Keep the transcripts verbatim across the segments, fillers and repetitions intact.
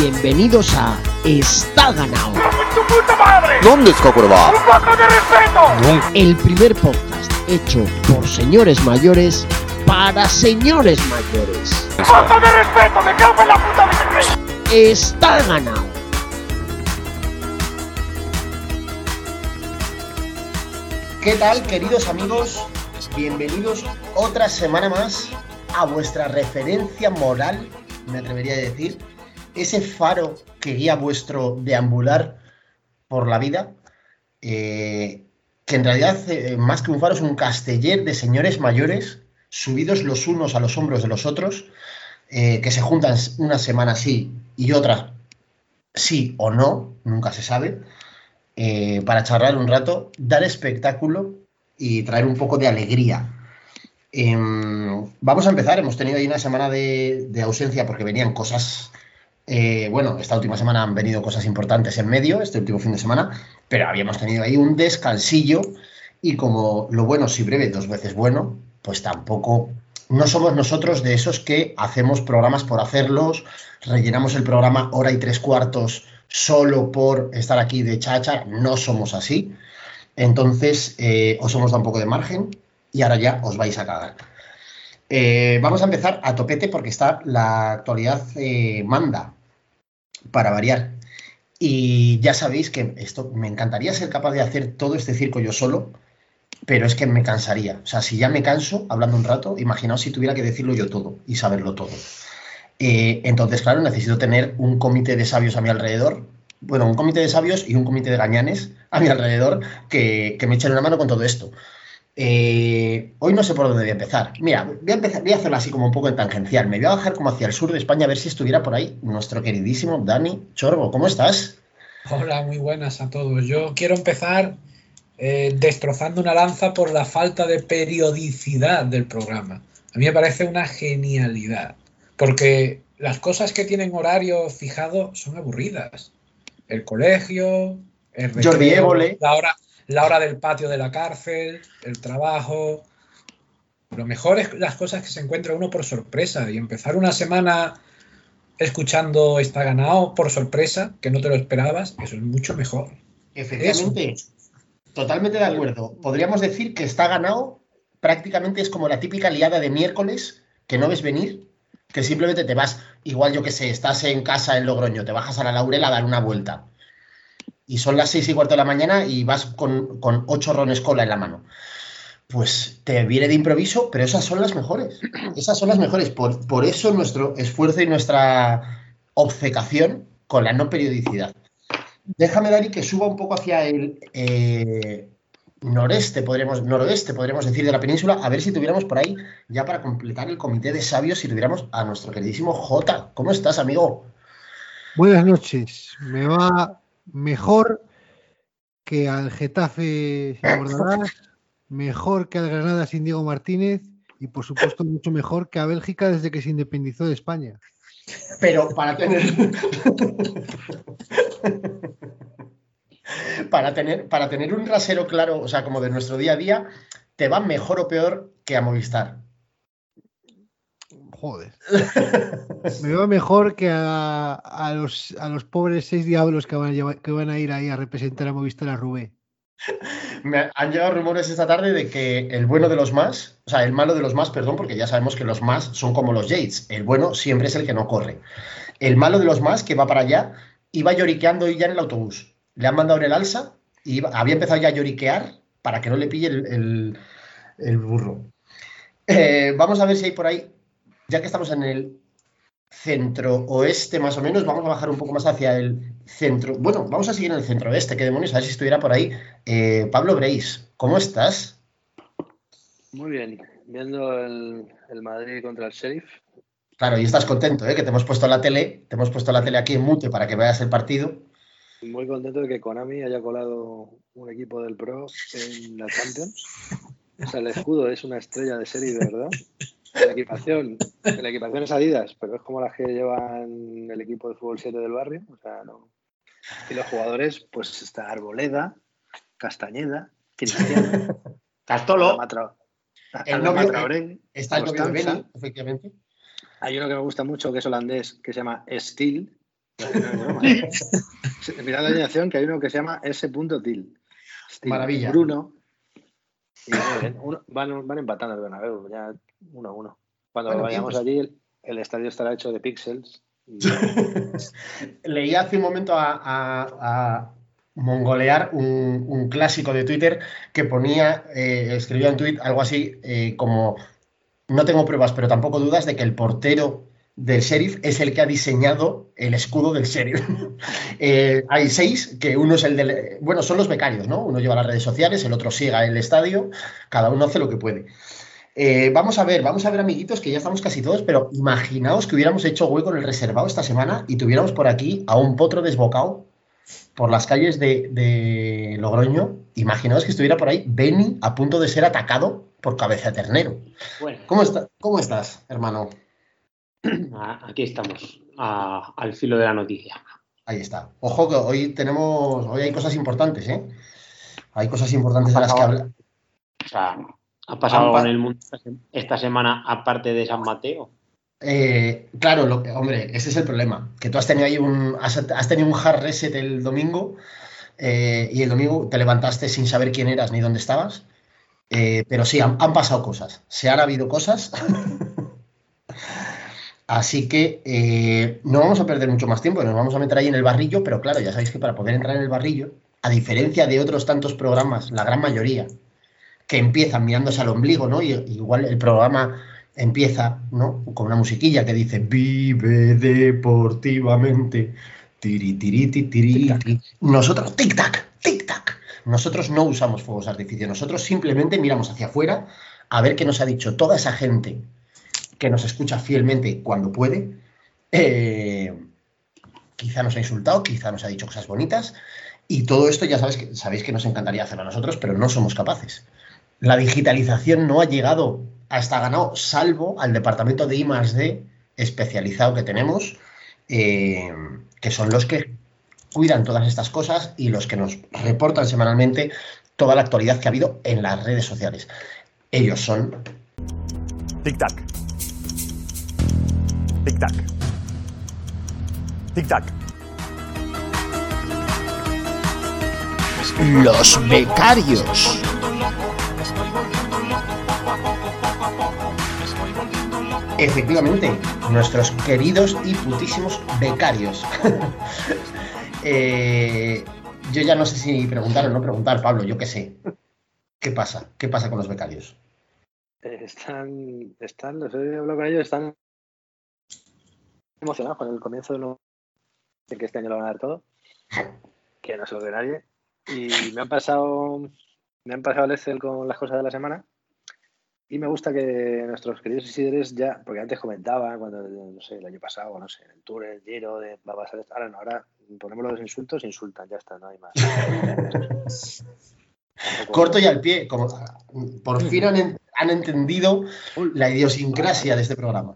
Bienvenidos a Está Ganado. ¡Tu puta madre! ¿Dónde está Corva? ¡Un poco de respeto! El primer podcast hecho por señores mayores para señores mayores. ¡Un poco de respeto! ¡Me cago en la puta bicicleta! Está Ganado. ¿Qué tal, queridos amigos? Bienvenidos otra semana más a vuestra referencia moral, me atrevería a decir, ese faro que guía vuestro deambular por la vida, eh, que en realidad eh, más que un faro es un casteller de señores mayores subidos los unos a los hombros de los otros, eh, que se juntan una semana sí y otra sí o no, nunca se sabe, eh, para charlar un rato, dar espectáculo y traer un poco de alegría. Eh, vamos a empezar. Hemos tenido ahí una semana de, de ausencia porque venían cosas, eh, bueno, esta última semana han venido cosas importantes en medio, este último fin de semana, pero habíamos tenido ahí un descansillo y como lo bueno si breve dos veces bueno, pues tampoco, no somos nosotros de esos que hacemos programas por hacerlos, rellenamos el programa hora y tres cuartos solo por estar aquí de chacha, no somos así. Entonces eh, os hemos dado un poco de margen y ahora ya os vais a cagar. Eh, vamos a empezar a topete porque está la actualidad eh, manda, para variar. Y ya sabéis que esto me encantaría ser capaz de hacer todo este circo yo solo, pero es que me cansaría. O sea, si ya me canso hablando un rato, imaginaos si tuviera que decirlo yo todo y saberlo todo. Eh, entonces, claro, necesito tener un comité de sabios a mi alrededor. Bueno, un comité de sabios y un comité de gañanes a mi alrededor que, que me echen una mano con todo esto. Eh, hoy no sé por dónde voy a empezar. Mira, voy a empezar, voy a hacerlo así como un poco en tangencial. Me voy a bajar como hacia el sur de España a ver si estuviera por ahí nuestro queridísimo Dani Chorbo. ¿Cómo estás? Hola, muy buenas a todos. Yo quiero empezar eh, destrozando una lanza por la falta de periodicidad del programa. A mí me parece una genialidad, porque las cosas que tienen horario fijado son aburridas. El colegio, el recreo, Jordi Évole. la hora, la hora del patio de la cárcel, el trabajo. Lo mejor es las cosas que se encuentra uno por sorpresa, y empezar una semana escuchando Está Ganado por sorpresa, que no te lo esperabas, eso es mucho mejor. Efectivamente, eso. Totalmente de acuerdo. Podríamos decir que Está Ganado prácticamente es como la típica liada de miércoles que no ves venir, que simplemente te vas, igual yo que sé, estás en casa en Logroño, te bajas a la Laurel a dar una vuelta y son las seis y cuarto de la mañana y vas con, con ocho rones cola en la mano. Pues te viene de improviso, pero esas son las mejores. Esas son las mejores. Por, por eso nuestro esfuerzo y nuestra obcecación con la no periodicidad. Déjame, Dani, que suba un poco hacia el eh, noreste, podríamos, noroeste, podríamos decir, de la península, a ver si tuviéramos por ahí, ya para completar el comité de sabios, si tuviéramos a nuestro queridísimo Jota. ¿Cómo estás, amigo? Buenas noches. Me va mejor que al Getafe sin Bordalás, mejor que al Granada sin Diego Martínez y, por supuesto, mucho mejor que a Bélgica desde que se independizó de España. Pero para tener... para tener para tener un rasero claro, o sea, como de nuestro día a día, ¿te va mejor o peor que a Movistar? Joder. Me va mejor que a, a, los, a los pobres seis diablos que van, a llevar, que van a ir ahí a representar a Movistar a Rubé. Me han llegado rumores esta tarde de que el bueno de los más, o sea, el malo de los más, perdón, porque ya sabemos que los más son como los Yates. El bueno siempre es el que no corre. El malo de los más, que va para allá, iba lloriqueando ya en el autobús. Le han mandado en el alza y iba, había empezado ya a lloriquear para que no le pille el, el, el burro. Eh, vamos a ver si hay por ahí, ya que estamos en el centro oeste más o menos, vamos a bajar un poco más hacia el centro, bueno, vamos a seguir en el centro oeste, qué demonios, a ver si estuviera por ahí eh, Pablo Breis. ¿Cómo estás? Muy bien, viendo el, el Madrid contra el Sheriff. Claro, y estás contento, ¿eh? Que te hemos puesto la tele, te hemos puesto la tele aquí en mute para que veas el partido. Muy contento de que Konami haya colado un equipo del Pro en la Champions. O sea, el escudo es una estrella de serie, de verdad. La equipación, la equipación es Adidas, pero es como las que llevan el equipo de fútbol siete del barrio. O sea, no. Y los jugadores, pues está Arboleda, Castañeda, Cristiano, Castolo, Matra, el novio, Traoré, está el novio de Beni, efectivamente. Hay uno que me gusta mucho que es holandés, que se llama Steel, Mirad la alineación, que hay uno que se llama S. Til. Maravilla. Bruno. Y uno, van, van empatando el Bernabéu, ya uno a uno. Cuando bueno, vayamos pues... allí, el, el estadio estará hecho de píxeles. Y... Leí hace un momento a, a, a mongolear un, un clásico de Twitter que ponía, eh, escribía en tweet algo así eh, como: no tengo pruebas, pero tampoco dudas de que el portero del Sheriff es el que ha diseñado el escudo del Sheriff. eh, hay seis, que uno es el del... Bueno, son los becarios, ¿no? Uno lleva las redes sociales, el otro siga el estadio, cada uno hace lo que puede. Eh, vamos a ver, vamos a ver, amiguitos, que ya estamos casi todos, pero imaginaos que hubiéramos hecho hueco en el reservado esta semana y tuviéramos por aquí a un potro desbocado por las calles de, de Logroño. Imaginaos que estuviera por ahí Beni a punto de ser atacado por Cabeza de Ternero. Bueno. ¿Cómo, está, ¿Cómo estás, hermano? Aquí estamos, a, al filo de la noticia. Ahí está. Ojo que hoy tenemos, hoy hay cosas importantes, ¿eh? Hay cosas importantes de las que hablar. O sea, ¿ha pasado algo en el mundo esta semana aparte de San Mateo? Eh, claro, lo, hombre, ese es el problema. Que tú has tenido ahí un, has, has tenido un hard reset el domingo eh, y el domingo te levantaste sin saber quién eras ni dónde estabas. Eh, pero sí, han, han pasado cosas. Se han habido cosas. Así que eh, no vamos a perder mucho más tiempo, nos vamos a meter ahí en el barrillo, pero claro, ya sabéis que para poder entrar en el barrillo, a diferencia de otros tantos programas, la gran mayoría, que empiezan mirándose al ombligo, ¿no? Y igual el programa empieza, ¿no? Con una musiquilla que dice vive deportivamente, tiri, tiri, tiri, tiri, tiri. Nosotros, tic-tac, tic-tac. Nosotros no usamos fuegos artificiales, nosotros simplemente miramos hacia afuera a ver qué nos ha dicho toda esa gente que nos escucha fielmente cuando puede. Eh, quizá nos ha insultado, quizá nos ha dicho cosas bonitas, y todo esto ya sabéis que, sabéis que nos encantaría hacerlo a nosotros, pero no somos capaces. La digitalización no ha llegado hasta ganado, salvo al departamento de I más D especializado que tenemos, eh, que son los que cuidan todas estas cosas y los que nos reportan semanalmente toda la actualidad que ha habido en las redes sociales. Ellos son... Tic-tac. Tic-tac. Tic-tac. Los becarios. Efectivamente, nuestros queridos y putísimos becarios. eh, yo ya no sé si preguntar o no preguntar, Pablo, yo qué sé. ¿Qué pasa? ¿Qué pasa con los becarios? Están, están, los he hablado con ellos, están emocionados con el comienzo de, lo, de que este año lo van a dar todo, que no se lo dé nadie. Y me han pasado, me han pasado el Excel con las cosas de la semana. Y me gusta que nuestros queridos Isidres ya, porque antes comentaba cuando, no sé, el año pasado, no sé, en el Tour, el Giro, de, va a pasar esto. Ahora no, ahora ponemos los insultos, insultan, ya está, no hay más. Corto y al pie, como por fin han, han entendido la idiosincrasia de este programa.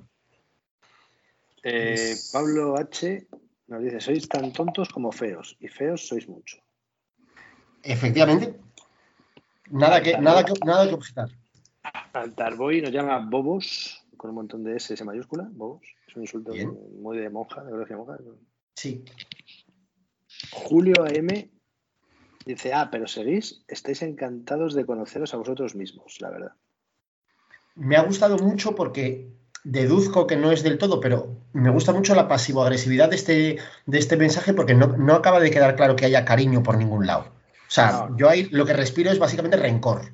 Eh, Pablo H. nos dice, sois tan tontos como feos, y feos sois mucho. Efectivamente. Nada que, nada que, nada que objetar. Altarboy nos llama bobos, con un montón de S, S mayúscula, bobos. Es un insulto Bien. muy de monja, de gracia monja. Sí. Julio A M dice, ah, pero seguís, estáis encantados de conoceros a vosotros mismos, la verdad. Me ha gustado mucho porque deduzco que no es del todo, pero me gusta mucho la pasivo-agresividad de este, de este mensaje porque no, no acaba de quedar claro que haya cariño por ningún lado. O sea, no, no. yo ahí lo que respiro es básicamente rencor.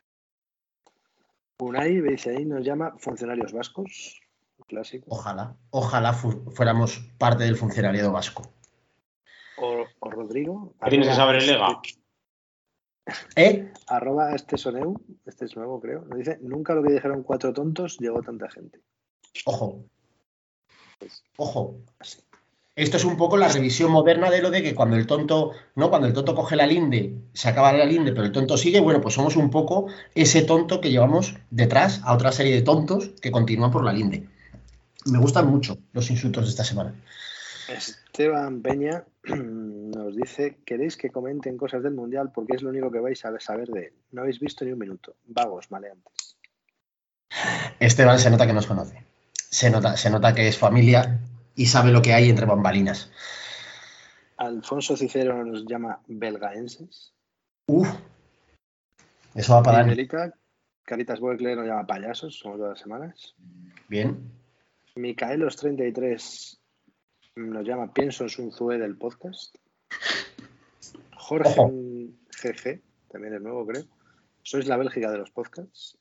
Unai ahí nos llama funcionarios vascos, clásico. Ojalá, ojalá fu fuéramos parte del funcionariado vasco. O, o Rodrigo. ¿Qué tienes que saber el lega? ¿Eh? Arroba este soneu, este es nuevo creo, nos dice, nunca lo que dijeron cuatro tontos llegó tanta gente. Ojo. Ojo. Esto es un poco la revisión moderna de lo de que cuando el tonto, ¿no? Cuando el tonto coge la linde, se acaba la linde, pero el tonto sigue, bueno, pues somos un poco ese tonto que llevamos detrás a otra serie de tontos que continúan por la linde. Me gustan mucho los insultos de esta semana. Esteban Peña nos dice, ¿queréis que comenten cosas del Mundial? Porque es lo único que vais a saber de él. No habéis visto ni un minuto. Vagos, maleantes. Esteban se nota que nos conoce. Se nota, se nota que es familia y sabe lo que hay entre bambalinas. Alfonso Cicero nos llama belgaenses. Uf, eso va para Dani. Fidelica, Caritas Boecler nos llama payasos, como todas las semanas. Bien. Micaelos treinta y tres nos llama Pienso en Sun Tzu del podcast. Jorge Ojo. G G, también es nuevo, creo. Sois la Bélgica de los podcasts.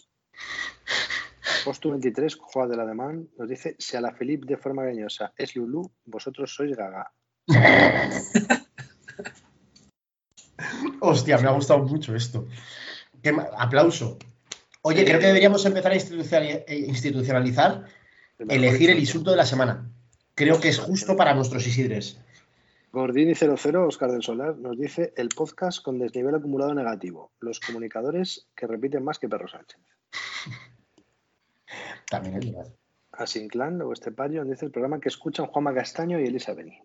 Postu veintitrés, Juan del Alemán, nos dice: si a la Philippe de forma leñosa es Lulú, vosotros sois Gaga. Hostia, me ha gustado mucho esto. Qué ma- aplauso. Oye, creo que deberíamos empezar a institucionali- eh, institucionalizar, elegir el insulto de la semana. Creo que es justo para nuestros Isidres. Gordini cero cero, Oscar del Solar, nos dice: el podcast con desnivel acumulado negativo. Los comunicadores que repiten más que Perro Sánchez. También es verdad. Asinclán o Estepario nos dice: el programa que escuchan Juanma Castaño y Elisa Beni.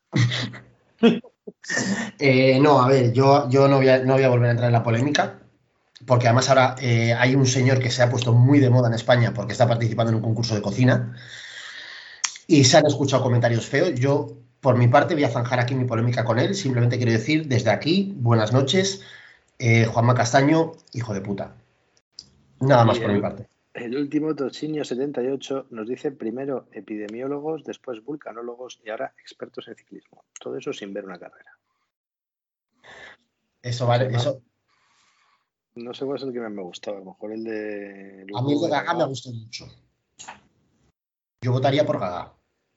Eh, no, a ver, yo, yo no, voy a, no voy a volver a entrar en la polémica, porque además ahora eh, hay un señor que se ha puesto muy de moda en España porque está participando en un concurso de cocina y se han escuchado comentarios feos. Yo, por mi parte, voy a zanjar aquí mi polémica con él. Simplemente quiero decir desde aquí, buenas noches, eh, Juanma Castaño, hijo de puta. Nada más Y por el- mi parte. El último, Tocinio setenta y ocho, nos dice: primero epidemiólogos, después vulcanólogos y ahora expertos en ciclismo. Todo eso sin ver una carrera. Eso vale, Sí, ¿no? eso. No sé cuál es el que más me gustaba. A lo mejor el de... A mí el de Gaga me ha gustado mucho. Yo votaría por Gaga.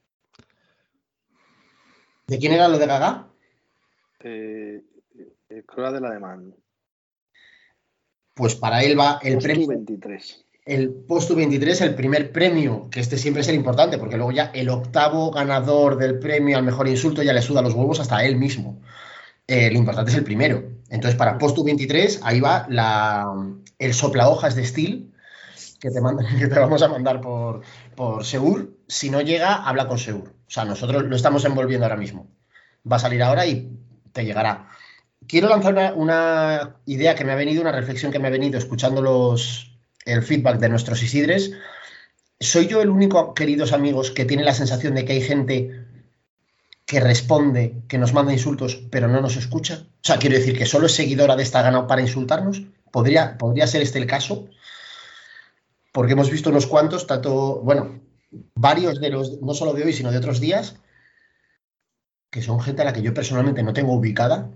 ¿De quién era lo de Gaga? Eh, eh, Croa del Alemán. Pues para él va el Postu premio. veintitrés. El Postu veintitrés, el primer premio, que este siempre es el importante, porque luego ya el octavo ganador del premio al mejor insulto ya le suda los huevos hasta él mismo. Eh, lo importante es el primero. Entonces, para Postu veintitrés, ahí va la, el soplahojas de Steel, que te, manda, que te vamos a mandar por, por Seur. Si no llega, habla con Seur. O sea, nosotros lo estamos envolviendo ahora mismo. Va a salir ahora y te llegará. Quiero lanzar una, una idea que me ha venido, una reflexión que me ha venido escuchando los, el feedback de nuestros Isidres. ¿Soy yo el único, queridos amigos, que tiene la sensación de que hay gente que responde, que nos manda insultos, pero no nos escucha? O sea, quiero decir que solo es seguidora de esta gana para insultarnos. ¿Podría, podría ser este el caso? Porque hemos visto unos cuantos, tanto, bueno, varios de los, no solo de hoy, sino de otros días, que son gente a la que yo personalmente no tengo ubicada.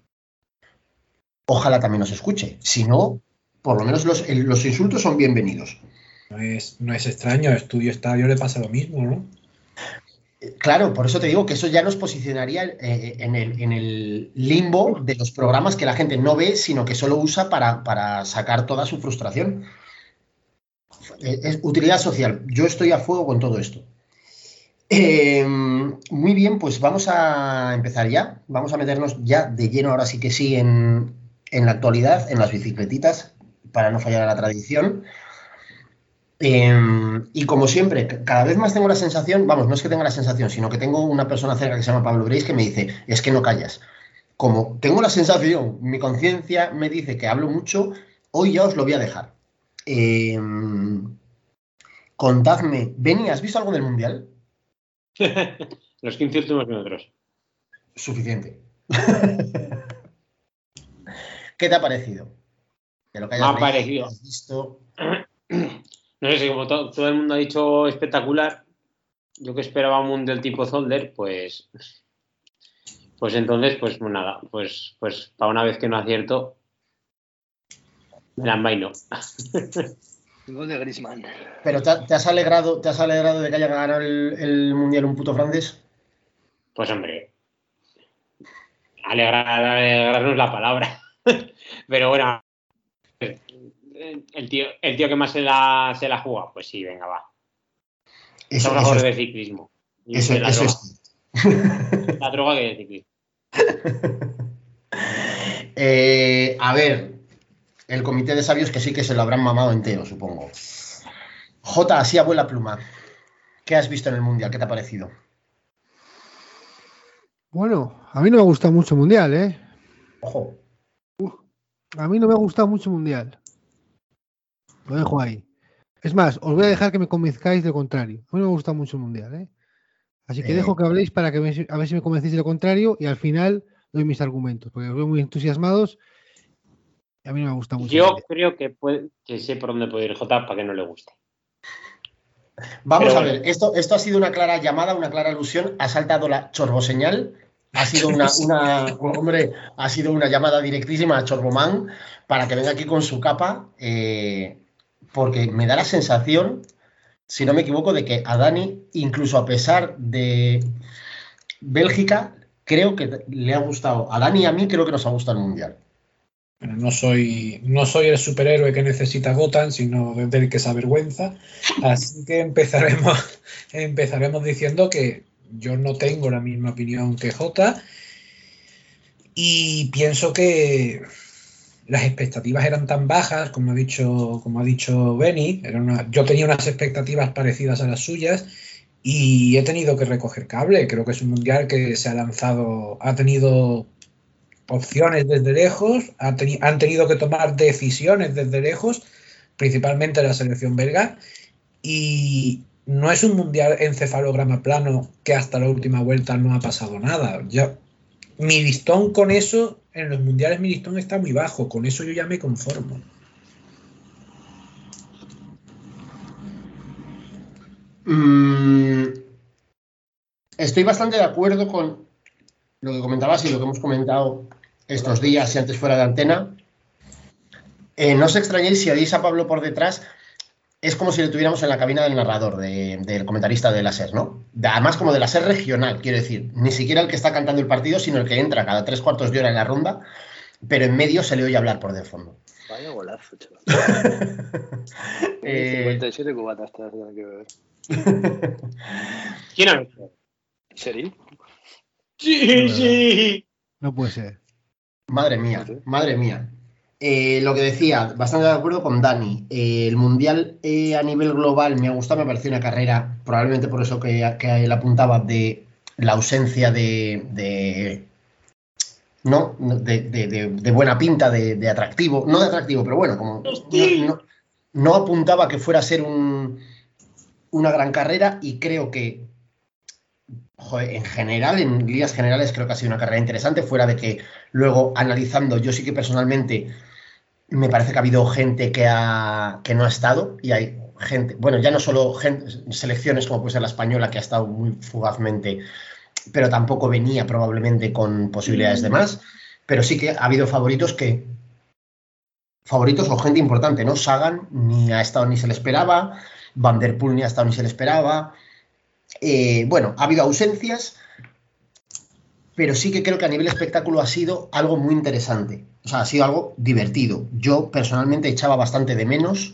Ojalá también nos escuche. Si no, por lo menos los, el- los insultos son bienvenidos. No es, no es extraño, a Estudio Estadio le pasa lo mismo, ¿no? Eh, Claro, por eso te digo que eso ya nos posicionaría eh, en el, en el limbo de los programas que la gente no ve, sino que solo usa para, para sacar toda su frustración. Eh, Es utilidad social. Yo estoy a fuego con todo esto. Eh, muy bien, pues vamos a empezar ya. Vamos a meternos ya de lleno, ahora sí que sí, en, en la actualidad, en las bicicletitas, para no fallar a la tradición. Eh, y como siempre, c- cada vez más tengo la sensación, vamos, no es que tenga la sensación, sino que tengo una persona cerca que se llama Pablo Breis que me dice: es que no callas. Como tengo la sensación, mi conciencia me dice que hablo mucho, hoy ya os lo voy a dejar. Eh, contadme, Beni, ¿has visto algo del Mundial? Los quince últimos minutos. Suficiente. ¿Qué te ha parecido? De lo que Me hayas ha leído, parecido. has visto. No sé si como to- todo el mundo ha dicho espectacular, yo que esperaba un mundial tipo Zolder, pues pues entonces, pues nada, pues pues para una vez que no acierto, me la envaino. Gol de Griezmann. ¿Pero te, ha- te has alegrado, te has alegrado de que haya ganado el, el Mundial un puto francés? Pues hombre, alegrar, alegrarnos la palabra. Pero bueno, el tío, el tío que más se la, se la juega, pues sí, venga, va. Eso, Somos eso mejores es. de ciclismo. Y Eso, de la eso droga. es. La droga que de ciclismo. Eh, a ver, el comité de sabios que sí que se lo habrán mamado entero, supongo. J, así abuela pluma. ¿Qué has visto en el Mundial? ¿Qué te ha parecido? Bueno, a mí no me ha gustado mucho el Mundial, ¿eh? Ojo. A mí no me ha gustado mucho el Mundial. Lo dejo ahí. Es más, os voy a dejar que me convenzcáis de contrario. A mí no me ha gustado mucho el Mundial, ¿eh? Así que Eh, dejo que habléis para que me- a ver si me convencéis de lo contrario y al final doy mis argumentos, porque os veo muy entusiasmados y a mí no me gusta mucho. Yo creo que, puede, que sé por dónde puede ir Jota para que no le guste. Vamos Pero a bueno. ver, esto, esto ha sido una clara llamada, una clara alusión. Ha saltado la chorboseñal. Ha sido una, una, hombre, ha sido una llamada directísima a Chorbomán para que venga aquí con su capa, eh, porque me da la sensación, si no me equivoco, de que a Dani, incluso a pesar de Bélgica, creo que le ha gustado. A Dani y a mí creo que nos ha gustado el Mundial. Bueno, no soy, no soy el superhéroe que necesita Gotham, sino del que se avergüenza. Así que empezaremos, empezaremos diciendo que yo no tengo la misma opinión que Jota y pienso que las expectativas eran tan bajas, como ha dicho, como ha dicho Benny. Era una, yo tenía unas expectativas parecidas a las suyas y he tenido que recoger cable. Creo que es un mundial que se ha lanzado, ha tenido opciones desde lejos, han, teni han tenido que tomar decisiones desde lejos, principalmente la selección belga, y no es un mundial encefalograma plano que hasta la última vuelta no ha pasado nada. Ya, mi listón con eso, en los mundiales mi listón está muy bajo, con eso yo ya me conformo. Mm, estoy bastante de acuerdo con lo que comentabas y lo que hemos comentado estos días y antes fuera de antena. Eh, no os extrañéis si oís a Pablo por detrás, es como si le tuviéramos en la cabina del narrador, de, del comentarista de la SER, ¿no? De, además, como de la SER regional, quiero decir, ni siquiera el que está cantando el partido, sino el que entra cada tres cuartos de hora en la ronda, pero en medio se le oye hablar por de fondo. Vaya golazo, chaval. eh... cincuenta y siete cubatas te vas a tener que beber. ¿Quién ha visto? ¿Seri? Sí, sí. No puede ser. Madre mía, madre mía. Eh, lo que decía, bastante de acuerdo con Dani. Eh, el Mundial eh, a nivel global me ha gustado, me pareció una carrera, probablemente por eso que, que él apuntaba, de la ausencia de, de no, de, de, de, de buena pinta, de, de atractivo, no de atractivo, pero bueno, como no, no, no apuntaba que fuera a ser un, una gran carrera y creo que Joder, en general, en líneas generales, creo que ha sido una carrera interesante, fuera de que luego analizando, yo sí que personalmente me parece que ha habido gente que, ha, que no ha estado y hay gente, bueno, ya no solo gente, selecciones como puede ser la española que ha estado muy fugazmente, pero tampoco venía probablemente con posibilidades de más, pero sí que ha habido favoritos que, favoritos o gente importante, ¿no? Sagan ni ha estado ni se le esperaba, Van der Poel ni ha estado ni se le esperaba. Eh, bueno, ha habido ausencias, pero sí que creo que a nivel espectáculo ha sido algo muy interesante. O sea, ha sido algo divertido. Yo personalmente echaba bastante de menos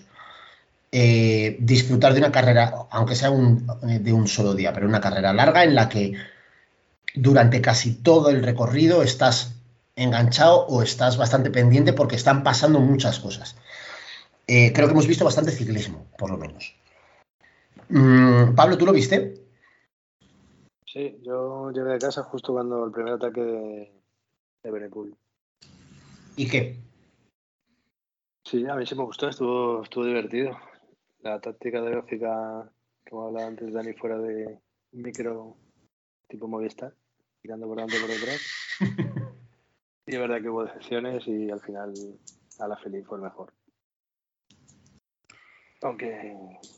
eh, disfrutar de una carrera, aunque sea un, de un solo día, pero una carrera larga en la que durante casi todo el recorrido estás enganchado o estás bastante pendiente porque están pasando muchas cosas. Eh, creo que hemos visto bastante ciclismo, por lo menos. Mm, Pablo, ¿tú lo viste? Sí, yo llegué a casa justo cuando el primer ataque de, de Benepul. ¿Y qué? Sí, a mí sí me gustó, estuvo, estuvo divertido. La táctica de Bélgica, como hablaba antes Dani, fuera de micro tipo Movistar, tirando por delante y por detrás. Y es verdad que hubo decepciones y al final a la feliz fue el mejor. Aunque...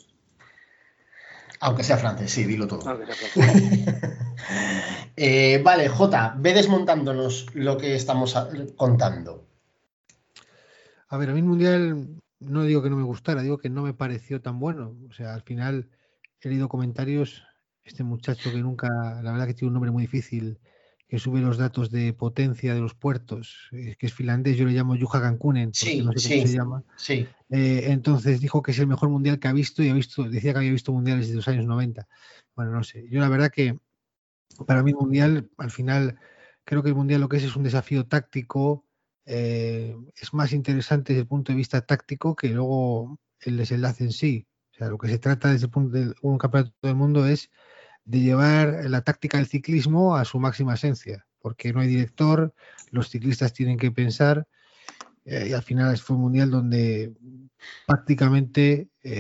Aunque sea francés, sí, dilo todo. Aunque sea francés. eh, vale, Jota, ve desmontándonos lo que estamos a, contando. A ver, a mí el Mundial no digo que no me gustara, digo que no me pareció tan bueno. O sea, al final he leído comentarios, este muchacho que nunca, la verdad que tiene un nombre muy difícil, que sube los datos de potencia de los puertos, eh, que es finlandés, yo le llamo Juha Kankunen, porque Sí, no sé sí, cómo se llama. Sí. Eh, entonces dijo que es el mejor mundial que ha visto y ha visto, decía que había visto mundiales desde los años noventa. Bueno, no sé. Yo la verdad que para mí el mundial, al final, creo que el mundial lo que es es un desafío táctico, eh, es más interesante desde el punto de vista táctico que luego el desenlace en sí. O sea, lo que se trata desde el punto de un campeonato del mundo es de llevar la táctica del ciclismo a su máxima esencia, porque no hay director, los ciclistas tienen que pensar, eh, y al final fue un mundial donde prácticamente eh,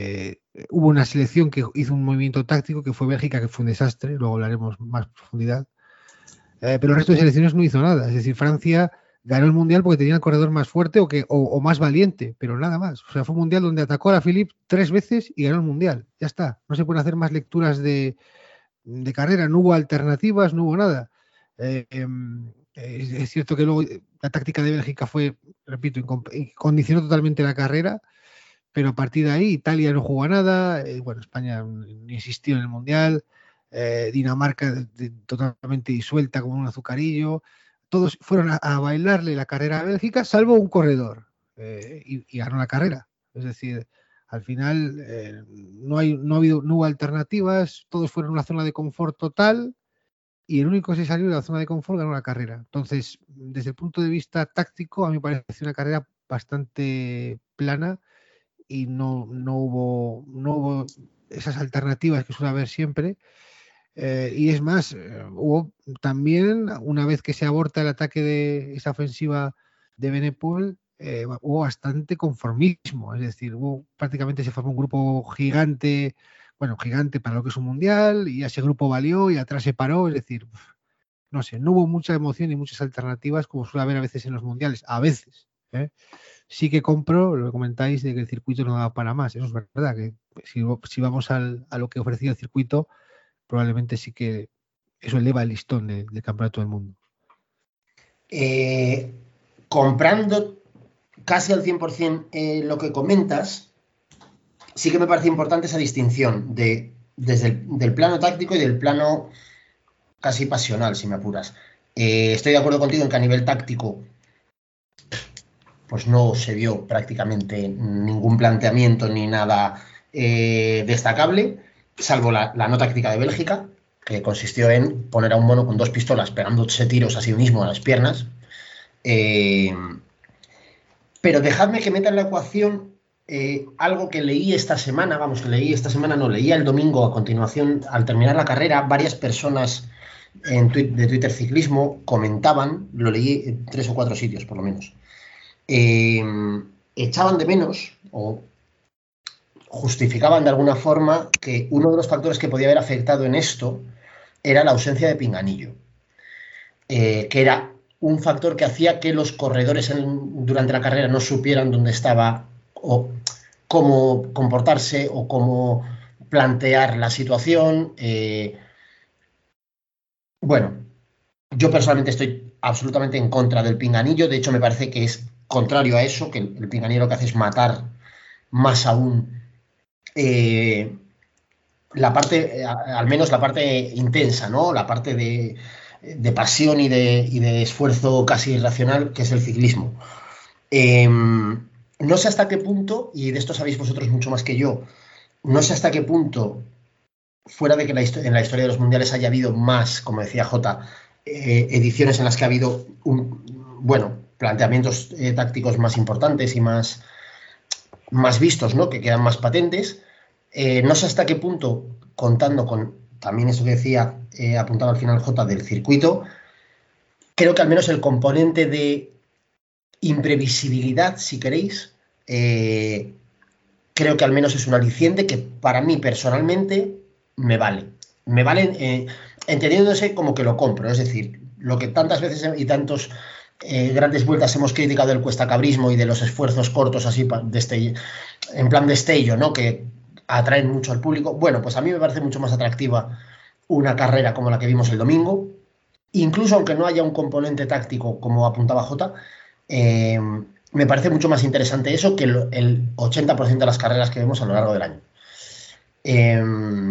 hubo una selección que hizo un movimiento táctico que fue Bélgica, que fue un desastre, luego hablaremos más en profundidad. Eh, pero el resto de selecciones no hizo nada. Es decir, Francia ganó el Mundial porque tenía el corredor más fuerte o, que, o, o más valiente, pero nada más. O sea, fue un Mundial donde atacó a la Philippe tres veces y ganó el Mundial. Ya está. No se pueden hacer más lecturas de, de carrera. No hubo alternativas, no hubo nada. Eh, eh, es, es cierto que luego la táctica de Bélgica fue, repito, condicionó totalmente la carrera, pero a partir de ahí Italia no jugó a nada. Eh, bueno, España ni existió en el Mundial. Eh, Dinamarca de, de, totalmente disuelta como un azucarillo. Todos fueron a, a bailarle la carrera a Bélgica, salvo un corredor, eh, y, y ganó la carrera. Es decir, al final eh, no, hay, no, ha habido, no hubo alternativas, todos fueron a una zona de confort total y el único que se salió de la zona de confort ganó la carrera. Entonces, desde el punto de vista táctico, a mí me parece una carrera bastante plana y no, no, hubo, no hubo esas alternativas que suele haber siempre. Eh, y es más, eh, hubo también, una vez que se aborta el ataque de esa ofensiva de Benepul, eh, hubo bastante conformismo. Es decir, hubo, prácticamente se formó un grupo gigante, bueno, gigante para lo que es un mundial, y ese grupo valió y atrás se paró. Es decir, no sé, no hubo mucha emoción y muchas alternativas como suele haber a veces en los mundiales, a veces. ¿eh? Sí que compro, lo que comentáis, de que el circuito no daba para más. Eso es verdad, que si, si vamos al, a lo que ofrecía el circuito, probablemente sí que eso eleva el listón de, de campeonato del mundo. Eh, comprando casi al cien por ciento eh, lo que comentas, sí que me parece importante esa distinción de, desde el del plano táctico y del plano casi pasional, si me apuras. Eh, estoy de acuerdo contigo en que a nivel táctico pues no se vio prácticamente ningún planteamiento ni nada eh, destacable, salvo la, la no táctica de Bélgica, que consistió en poner a un mono con dos pistolas pegándose tiros a sí mismo a las piernas. Eh, pero dejadme que meta en la ecuación eh, algo que leí esta semana, vamos, que leí esta semana, no, leía el domingo a continuación, al terminar la carrera, varias personas en tweet, de Twitter Ciclismo comentaban, lo leí en tres o cuatro sitios por lo menos, eh, echaban de menos, o justificaban de alguna forma que uno de los factores que podía haber afectado en esto era la ausencia de pinganillo, eh, que era un factor que hacía que los corredores en, durante la carrera no supieran dónde estaba o cómo comportarse o cómo plantear la situación. Eh, bueno, yo personalmente estoy absolutamente en contra del pinganillo, de hecho me parece que es contrario a eso, que el, el pinganillo lo que hace es matar más aún Eh, la parte, al menos la parte intensa, ¿no? La parte de, de pasión y de, y de esfuerzo casi irracional que es el ciclismo. Eh, no sé hasta qué punto, y de esto sabéis vosotros mucho más que yo, no sé hasta qué punto, fuera de que la en la historia de los mundiales haya habido más, como decía Jota, eh, ediciones en las que ha habido un, bueno, planteamientos eh, tácticos más importantes y más más vistos, ¿no? Que quedan más patentes. Eh, no sé hasta qué punto, contando con también eso que decía, eh, apuntado al final J del circuito, creo que al menos el componente de imprevisibilidad, si queréis, eh, creo que al menos es un aliciente que para mí personalmente me vale. Me vale eh, entendiéndose como que lo compro, es decir, lo que tantas veces y tantos Eh, grandes vueltas hemos criticado del cuestacabrismo y de los esfuerzos cortos así de este, en plan destello, ¿no? Que atraen mucho al público. Bueno, pues a mí me parece mucho más atractiva una carrera como la que vimos el domingo, incluso aunque no haya un componente táctico como apuntaba Jota, eh, me parece mucho más interesante eso que el, el ochenta por ciento de las carreras que vemos a lo largo del año. Eh,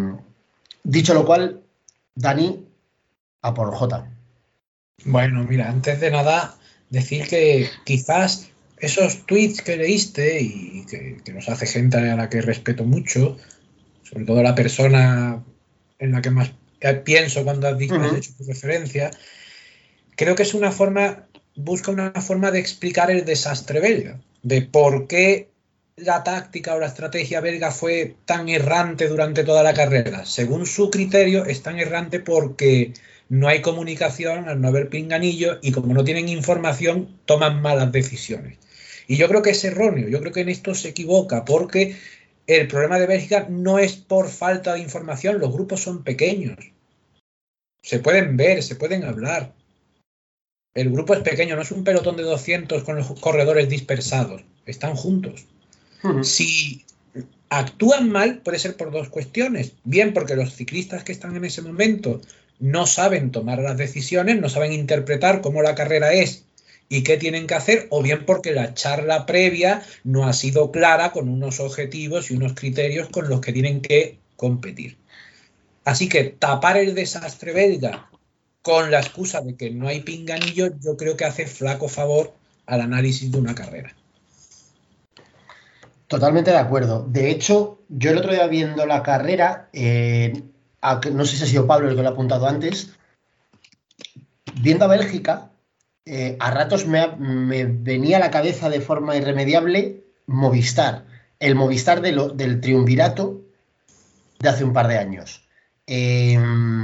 dicho lo cual, Dani, a por Jota. Bueno, mira, antes de nada, decir que quizás esos tweets que leíste y que, que nos hace gente a la que respeto mucho, sobre todo la persona en la que más pienso cuando has dicho, uh-huh. has hecho tu referencia, creo que es una forma, busca una forma de explicar el desastre belga, de por qué la táctica o la estrategia belga fue tan errante durante toda la carrera. Según su criterio, es tan errante porque no hay comunicación, al no haber pinganillo, y como no tienen información, toman malas decisiones. Y yo creo que es erróneo, yo creo que en esto se equivoca, porque el problema de Bélgica no es por falta de información, los grupos son pequeños. Se pueden ver, se pueden hablar. El grupo es pequeño, no es un pelotón de doscientos con los corredores dispersados, están juntos. Uh-huh. Si actúan mal, puede ser por dos cuestiones. Bien, porque los ciclistas que están en ese momento no saben tomar las decisiones, no saben interpretar cómo la carrera es y qué tienen que hacer, o bien porque la charla previa no ha sido clara con unos objetivos y unos criterios con los que tienen que competir. Así que tapar el desastre belga con la excusa de que no hay pinganillo, yo creo que hace flaco favor al análisis de una carrera. Totalmente de acuerdo. De hecho, yo el otro día viendo la carrera, eh, a, no sé si ha sido Pablo el que lo ha apuntado antes, viendo a Bélgica, eh, a ratos me, me venía a la cabeza de forma irremediable Movistar, el Movistar de lo, del triunvirato de hace un par de años. Eh,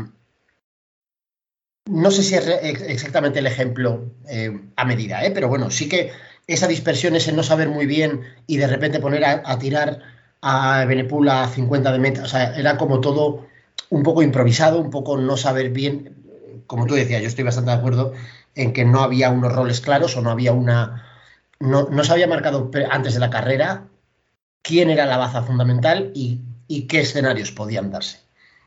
no sé si es exactamente el ejemplo eh, a medida, ¿eh? Pero bueno, sí que esa dispersión, ese no saber muy bien y de repente poner a, a tirar a Evenepoel a cincuenta de meta, o sea, era como todo un poco improvisado, un poco no saber bien, como tú decías, yo estoy bastante de acuerdo en que no había unos roles claros o no había una, no, no se había marcado antes de la carrera quién era la baza fundamental y, y qué escenarios podían darse.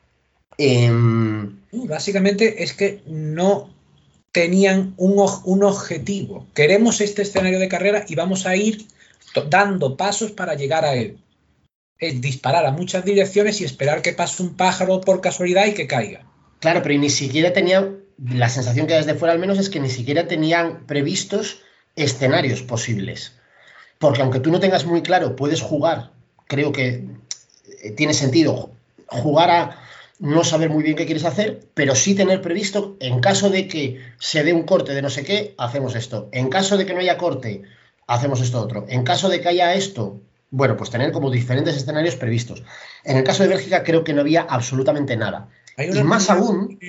Eh, Básicamente es que no tenían un, un objetivo. Queremos este escenario de carrera y vamos a ir dando pasos para llegar a él. Es disparar a muchas direcciones y esperar que pase un pájaro por casualidad y que caiga. Claro, pero ni siquiera tenían, la sensación que desde fuera al menos es que ni siquiera tenían previstos escenarios posibles. Porque aunque tú no tengas muy claro, puedes jugar, creo que tiene sentido jugar a no saber muy bien qué quieres hacer, pero sí tener previsto, en caso de que se dé un corte de no sé qué, hacemos esto. En caso de que no haya corte, hacemos esto otro. En caso de que haya esto, bueno, pues tener como diferentes escenarios previstos. En el caso de Bélgica creo que no había absolutamente nada. Hay una y más manía... aún...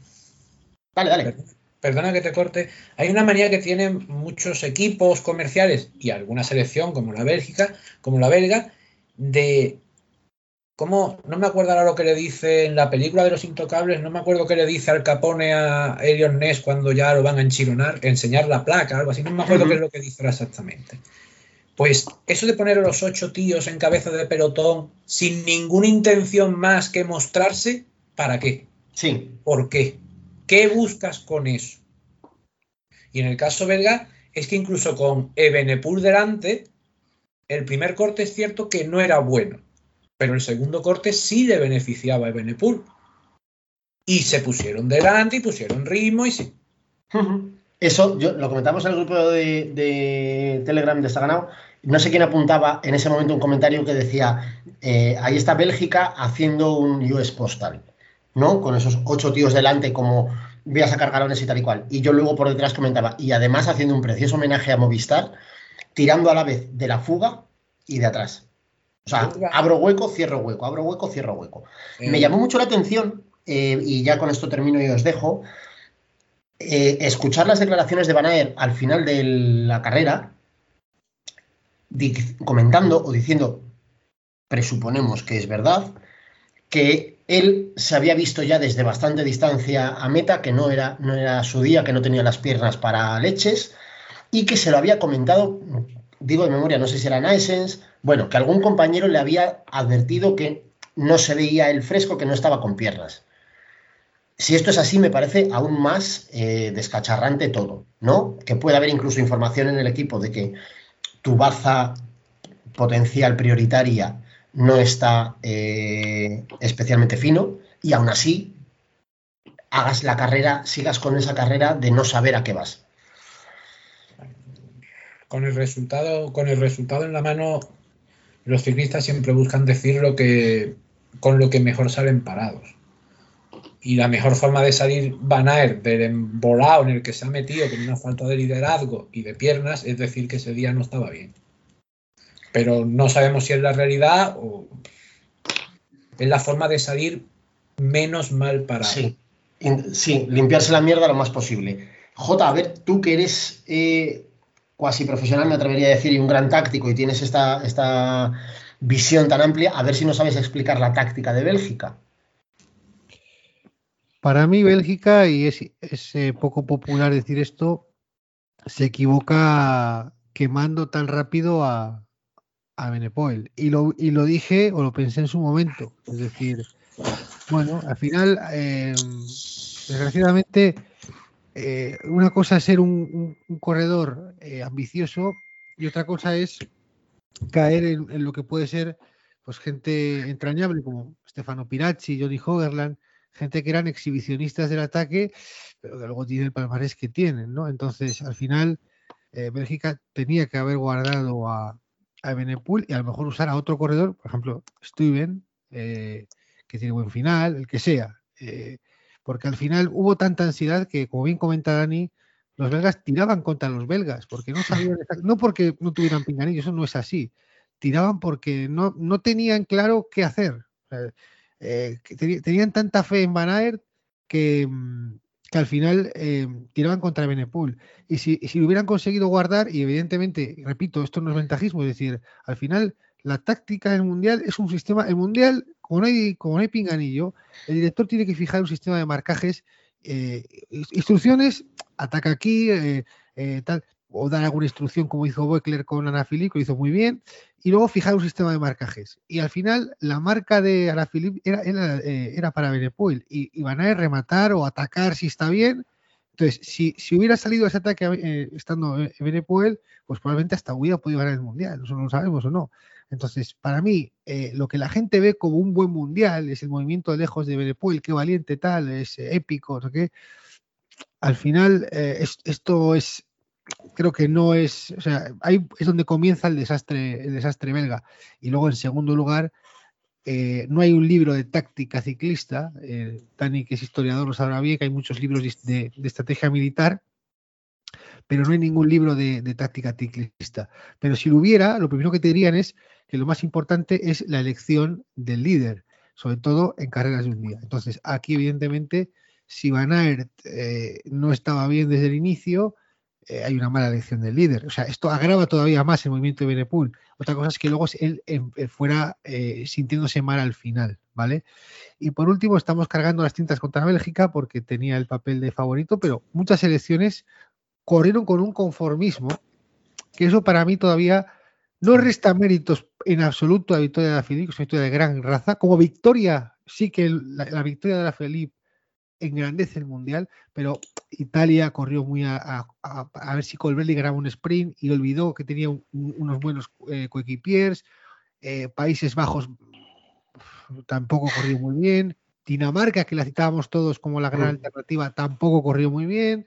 Dale, dale. Perdona que te corte. Hay una manía que tienen muchos equipos comerciales y alguna selección como la Bélgica, como la belga, de... ¿Cómo? No me acuerdo ahora lo que le dice en la película de Los Intocables, no me acuerdo qué le dice Al Capone a Eliot Ness cuando ya lo van a enchironar, enseñar la placa, algo así, no me acuerdo uh-huh. qué es lo que dice exactamente. Pues eso de poner a los ocho tíos en cabeza de pelotón sin ninguna intención más que mostrarse, ¿para qué? Sí. ¿Por qué? ¿Qué buscas con eso? Y en el caso belga es que incluso con Evenepoel delante, el primer corte es cierto que no era bueno. Pero el segundo corte sí le beneficiaba a Evenepoel. Y se pusieron delante y pusieron ritmo y sí. Eso, yo lo comentamos en el grupo de, de Telegram de Saganao. No sé quién apuntaba en ese momento un comentario que decía, eh, ahí está Bélgica haciendo un U S Postal, ¿no? Con esos ocho tíos delante como voy a sacar galones y tal y cual. Y yo luego por detrás comentaba, y además haciendo un precioso homenaje a Movistar, tirando a la vez de la fuga y de atrás. O sea, abro hueco, cierro hueco, abro hueco, cierro hueco. Eh. Me llamó mucho la atención, eh, y ya con esto termino y os dejo, eh, escuchar las declaraciones de Van Aert al final de la carrera, di- comentando o diciendo, presuponemos que es verdad, que él se había visto ya desde bastante distancia a meta, que no era, no era su día, que no tenía las piernas para leches, y que se lo había comentado, digo de memoria, no sé si era Naessens, bueno, que algún compañero le había advertido que no se veía el fresco, que no estaba con piernas. Si esto es así, me parece aún más eh, descacharrante todo, ¿no? Que puede haber incluso información en el equipo de que tu baza potencial prioritaria no está eh, especialmente fino y aún así hagas la carrera, sigas con esa carrera de no saber a qué vas. Con el resultado, con el resultado en la mano, los ciclistas siempre buscan decir lo que, con lo que mejor salen parados. Y la mejor forma de salir Van Aert del embolado en el que se ha metido con una falta de liderazgo y de piernas es decir que ese día no estaba bien. Pero no sabemos si es la realidad o es la forma de salir menos mal parado. Sí, sí, limpiarse la mierda lo más posible. Jota, a ver, tú que eres eh, cuasi profesional, me atrevería a decir, y un gran táctico y tienes esta, esta visión tan amplia, a ver si nos sabes explicar la táctica de Bélgica. Para mí, Bélgica, y es, es eh, poco popular decir esto, se equivoca quemando tan rápido a, a Benepoel. Y lo, y lo dije o lo pensé en su momento. Es decir, bueno, al final, eh, desgraciadamente, eh, una cosa es ser un, un, un corredor eh, ambicioso y otra cosa es caer en, en lo que puede ser pues gente entrañable como Stefano Piracci, Johnny Hogerland, gente que eran exhibicionistas del ataque, pero que luego tienen el palmarés que tienen, ¿no? Entonces, al final, eh, Bélgica tenía que haber guardado a, a Benepool y a lo mejor usar a otro corredor, por ejemplo, Stuyven, eh, que tiene buen final, el que sea. Eh, porque al final hubo tanta ansiedad que, como bien comenta Dani, los belgas tiraban contra los belgas, porque no sabían, no porque no tuvieran pinganillo, eso no es así. Tiraban porque no, no tenían claro qué hacer. O sea, eh, que tenían tanta fe en Van Aert que, que al final eh, tiraban contra Benepool. Y si, si lo hubieran conseguido guardar, y evidentemente, repito, esto no es ventajismo, es decir, al final la táctica del Mundial es un sistema, el Mundial, como no hay, como no hay pinganillo, el director tiene que fijar un sistema de marcajes, eh, instrucciones, ataca aquí, eh, eh, tal, o dar alguna instrucción como hizo Boekler con Alaphilippe, que lo hizo muy bien, y luego fijar un sistema de marcajes. Y al final la marca de Alaphilippe era, era, eh, era para Benepoel, y, y Van Aert rematar o atacar si está bien. Entonces, si, si hubiera salido ese ataque eh, estando en Benepoel, pues probablemente hasta hubiera podido ganar el Mundial, eso no lo sabemos o no. Entonces, para mí, eh, lo que la gente ve como un buen Mundial es el movimiento de lejos de Benepoel, qué valiente tal, es eh, épico, no qué. Al final, eh, es, esto es, creo que no es, o sea, ahí es donde comienza el desastre, el desastre belga. Y luego, en segundo lugar, eh, no hay un libro de táctica ciclista. Eh, Dani, que es historiador, lo sabrá bien, que hay muchos libros de, de estrategia militar, pero no hay ningún libro de, de táctica ciclista. Pero si lo hubiera, lo primero que te dirían es que lo más importante es la elección del líder, sobre todo en carreras de un día. Entonces, aquí, evidentemente, si Van Aert eh, no estaba bien desde el inicio, eh, hay una mala elección del líder. O sea, esto agrava todavía más el movimiento de Benepool. Otra cosa es que luego él, él, él fuera eh, sintiéndose mal al final, ¿vale? Y por último, estamos cargando las tintas contra Bélgica porque tenía el papel de favorito, pero muchas selecciones corrieron con un conformismo que eso para mí todavía no resta méritos en absoluto a la victoria de Alaphilippe, que es una victoria de gran raza. Como victoria, sí que la, la victoria de Alaphilippe engrandece el Mundial, pero Italia corrió muy a, a, a, a ver si Colbrelli ganaba un sprint y olvidó que tenía un, unos buenos eh, coequipiers. Eh, Países Bajos uf, tampoco corrió muy bien. Dinamarca, que la citábamos todos como la gran alternativa, tampoco corrió muy bien.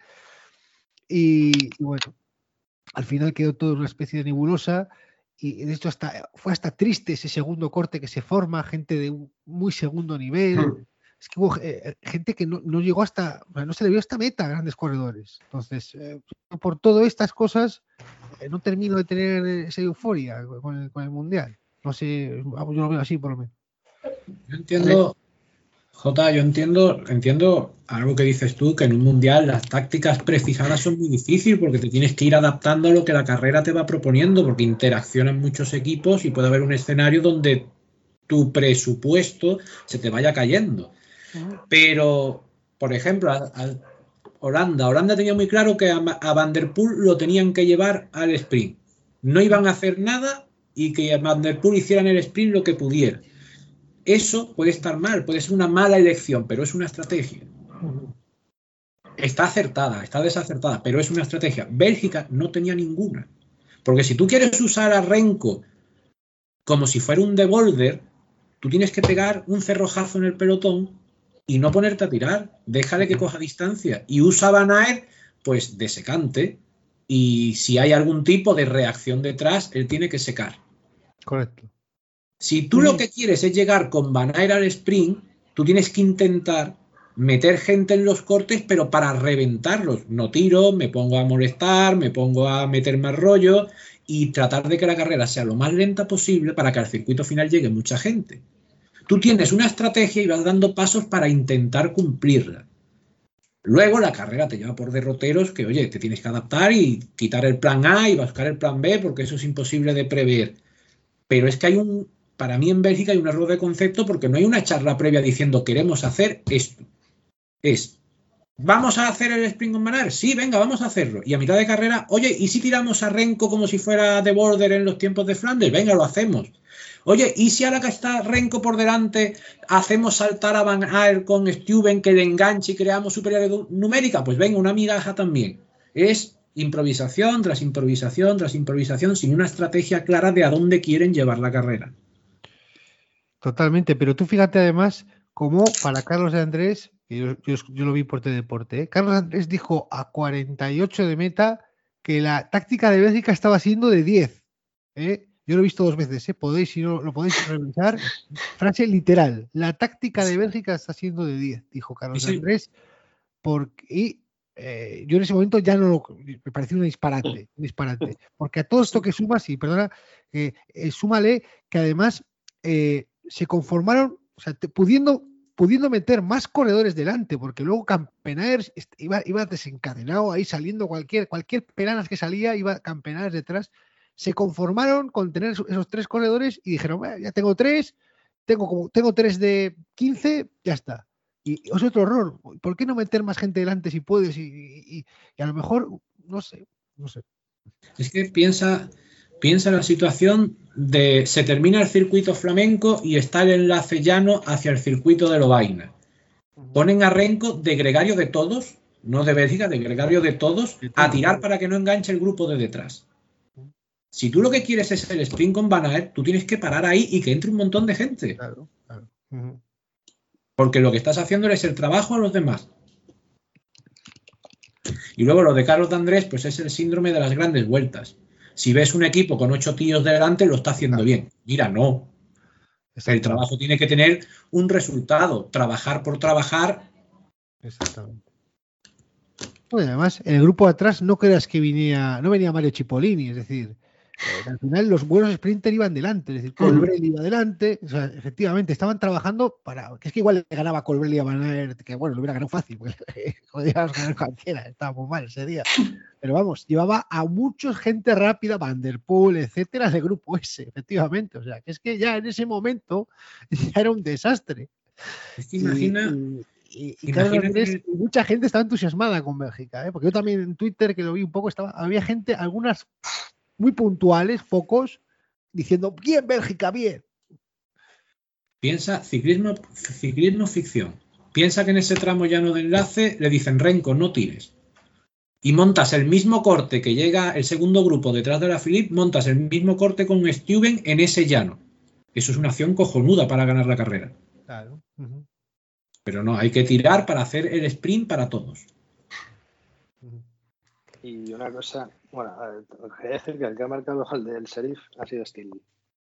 Y, y bueno, al final quedó todo una especie de nebulosa y de hecho hasta, fue hasta triste ese segundo corte que se forma, gente de un muy segundo nivel. Mm. Es que hubo eh, gente que no, no llegó hasta, no se le vio hasta meta a grandes corredores. Entonces, eh, por todas estas cosas, eh, no termino de tener esa euforia con el, con el Mundial. No sé, yo lo veo así por lo menos. Yo entiendo, Jota, yo entiendo, entiendo algo que dices tú, que en un Mundial las tácticas precisadas son muy difíciles porque te tienes que ir adaptando a lo que la carrera te va proponiendo, porque interaccionan muchos equipos y puede haber un escenario donde tu presupuesto se te vaya cayendo. Pero, por ejemplo, a, a Holanda, Holanda tenía muy claro que a, a Van der Poel lo tenían que llevar al sprint. No iban a hacer nada y que a Van der Poel hicieran el sprint lo que pudiera. Eso puede estar mal, puede ser una mala elección, pero es una estrategia. Está acertada, está desacertada, pero es una estrategia. Bélgica no tenía ninguna. Porque si tú quieres usar a Renko como si fuera un devolver, tú tienes que pegar un cerrojazo en el pelotón y no ponerte a tirar. Déjale que coja distancia. Y usa Van Aert, pues, de secante. Y si hay algún tipo de reacción detrás, él tiene que secar. Correcto. Si tú lo que quieres es llegar con Van Aert al sprint, tú tienes que intentar meter gente en los cortes, pero para reventarlos. No tiro, me pongo a molestar, me pongo a meter más rollo y tratar de que la carrera sea lo más lenta posible para que al circuito final llegue mucha gente. Tú tienes una estrategia y vas dando pasos para intentar cumplirla. Luego la carrera te lleva por derroteros que, oye, te tienes que adaptar y quitar el plan A y buscar el plan B porque eso es imposible de prever. Pero es que hay un para mí en Bélgica hay un error de concepto porque no hay una charla previa diciendo queremos hacer esto. Es, ¿vamos a hacer el sprint con Van Aert? Sí, venga, vamos a hacerlo. Y a mitad de carrera, oye, ¿y si tiramos a Renko como si fuera The Border en los tiempos de Flandes? Venga, lo hacemos. Oye, ¿y si ahora que está Renko por delante hacemos saltar a Van Aert con Stuyven que le enganche y creamos superioridad numérica? Pues venga, una migaja también. Es improvisación tras improvisación tras improvisación sin una estrategia clara de a dónde quieren llevar la carrera. Totalmente, pero tú fíjate además como para Carlos de Andrés, que yo, yo, yo lo vi por Teledeporte, ¿eh? Carlos de Andrés dijo a cuarenta y ocho de meta que la táctica de Bélgica estaba siendo de diez. ¿eh? Yo lo he visto dos veces, ¿eh? Podéis, si no lo podéis revisar. Frase literal. La táctica de Bélgica está siendo de diez, dijo Carlos sí. Andrés. Porque, y eh, yo en ese momento ya no lo. Me pareció un disparate. Un disparate. Porque a todo esto que sumas, y perdona, eh, eh, súmale que además eh, se conformaron, o sea, te, pudiendo, pudiendo meter más corredores delante, porque luego Campenaers iba, iba desencadenado ahí saliendo cualquier, cualquier pelanas que salía, iba Campenaers detrás. Se conformaron con tener esos tres corredores y dijeron, bueno, ya tengo tres, tengo como tengo tres de quince, ya está. Y es otro error. ¿Por qué no meter más gente delante si puedes? Y, y, y a lo mejor, no sé, no sé. Es que piensa, piensa la situación de se termina el circuito flamenco y está el enlace llano hacia el circuito de Lovaina. Ponen a Renko de gregario de todos, no de Bélgica, de gregario de todos, a tirar para que no enganche el grupo de detrás. Si tú lo que quieres es el sprint con Van Aert, tú tienes que parar ahí y que entre un montón de gente. Claro, claro. Uh-huh. Porque lo que estás haciendo es el trabajo a los demás. Y luego lo de Carlos de Andrés, pues es el síndrome de las grandes vueltas. Si ves un equipo con ocho tíos delante, lo está haciendo claro. bien. Mira, no. El trabajo tiene que tener un resultado. Trabajar por trabajar. Exactamente. Bueno, además, en el grupo de atrás no creas que venía, no venía Mario Cipollini, es decir, eh, al final los buenos sprinters iban delante, es decir, Colbrelli iba delante, o sea, efectivamente, estaban trabajando para, que es que igual le ganaba Colbrelli a Van Aert, que bueno, lo hubiera ganado fácil, porque podíamos ganar cualquiera, estaba muy mal ese día, pero vamos, llevaba a mucha gente rápida, Van der Poel, etcétera, de grupo S, efectivamente, o sea, que es que ya en ese momento ya era un desastre. Es que imagina... Y, y, Y, y, claro, Andrés, y mucha gente estaba entusiasmada con Bélgica, ¿eh? Porque yo también en Twitter, que lo vi un poco, estaba, había gente, algunas muy puntuales, focos, diciendo, bien Bélgica, bien. Piensa, ciclismo, ciclismo ficción. Piensa que en ese tramo llano de enlace le dicen, Renko, no tires. Y montas el mismo corte que llega el segundo grupo detrás de la Philippe, montas el mismo corte con Stuyven en ese llano. Eso es una acción cojonuda para ganar la carrera. Claro. Uh-huh. Pero no, hay que tirar para hacer el sprint para todos. Y una cosa, bueno, voy a decir que el que ha marcado el del Sheriff ha sido Steele.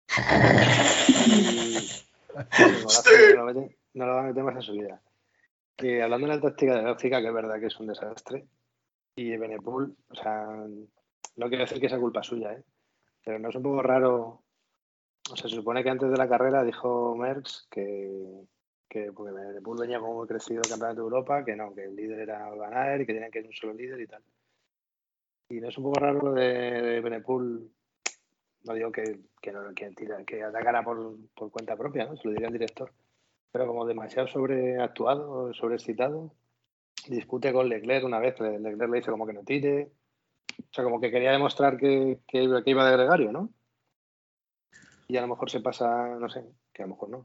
Y no, lo no lo va a meter más en su vida. Que hablando de la táctica de Bélgica, que es verdad que es un desastre, y Benepool, o sea, no quiero decir que sea culpa suya, ¿eh? Pero no es un poco raro. O sea, se supone que antes de la carrera dijo Merckx que. que porque Benepool venía como muy crecido el campeonato de Europa, que no, que el líder era Van Aert y que tenían que ir un solo líder y tal. Y no es un poco raro lo de, de Benepool, no digo que, que, no, que, tira, que atacara por, por cuenta propia, ¿no? Se lo diría el director, pero como demasiado sobreactuado, sobreexcitado, discute con Leclerc una vez, Leclerc le dice como que no tire, o sea, como que quería demostrar que, que, que iba de gregario, ¿no? Y a lo mejor se pasa, no sé, que a lo mejor no.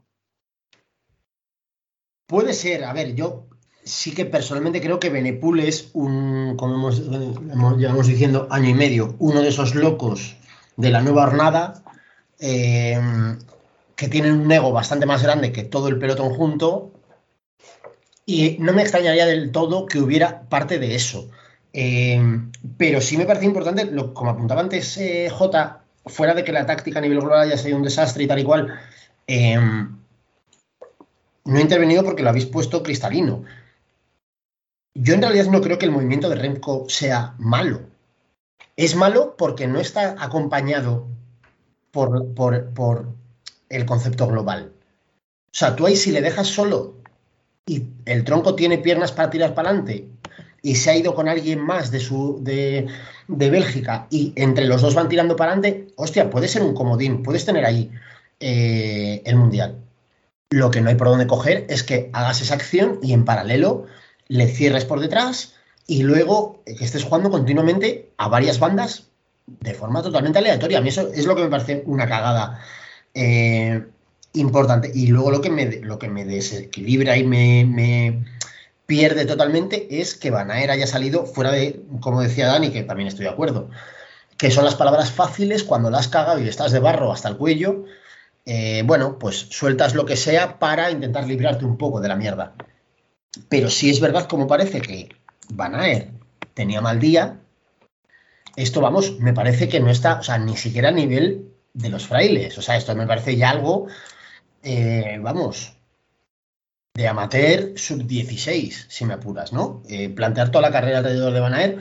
Puede ser, a ver, yo sí que personalmente creo que Benepool es un, como hemos, hemos, llevamos diciendo, año y medio, uno de esos locos de la nueva hornada eh, que tienen un ego bastante más grande que todo el pelotón junto, y no me extrañaría del todo que hubiera parte de eso. Eh, pero sí me parece importante, lo, como apuntaba antes eh, Jota, fuera de que la táctica a nivel global haya sido un desastre y tal y cual, eh, no he intervenido porque lo habéis puesto cristalino. Yo en realidad no creo que el movimiento de Renko sea malo. Es malo porque no está acompañado por, por, por el concepto global. O sea, tú ahí si le dejas solo y el tronco tiene piernas para tirar para adelante y se ha ido con alguien más de, su, de, de Bélgica y entre los dos van tirando para adelante, hostia, puede ser un comodín, puedes tener ahí eh, el Mundial. Lo que no hay por dónde coger es que hagas esa acción y en paralelo le cierres por detrás y luego que estés jugando continuamente a varias bandas de forma totalmente aleatoria. A mí eso es lo que me parece una cagada eh, importante. Y luego lo que me, lo que me desequilibra y me, me pierde totalmente es que Van Aert haya salido fuera de, como decía Dani, que también estoy de acuerdo, que son las palabras fáciles cuando las has cagado y estás de barro hasta el cuello. Eh, bueno, pues sueltas lo que sea para intentar librarte un poco de la mierda. Pero si es verdad, como parece que Van Aert tenía mal día, esto, vamos, me parece que no está, o sea, ni siquiera a nivel de los frailes. O sea, esto me parece ya algo, eh, vamos, de amateur sub dieciséis, si me apuras, ¿no? Eh, plantear toda la carrera alrededor de Van Aert,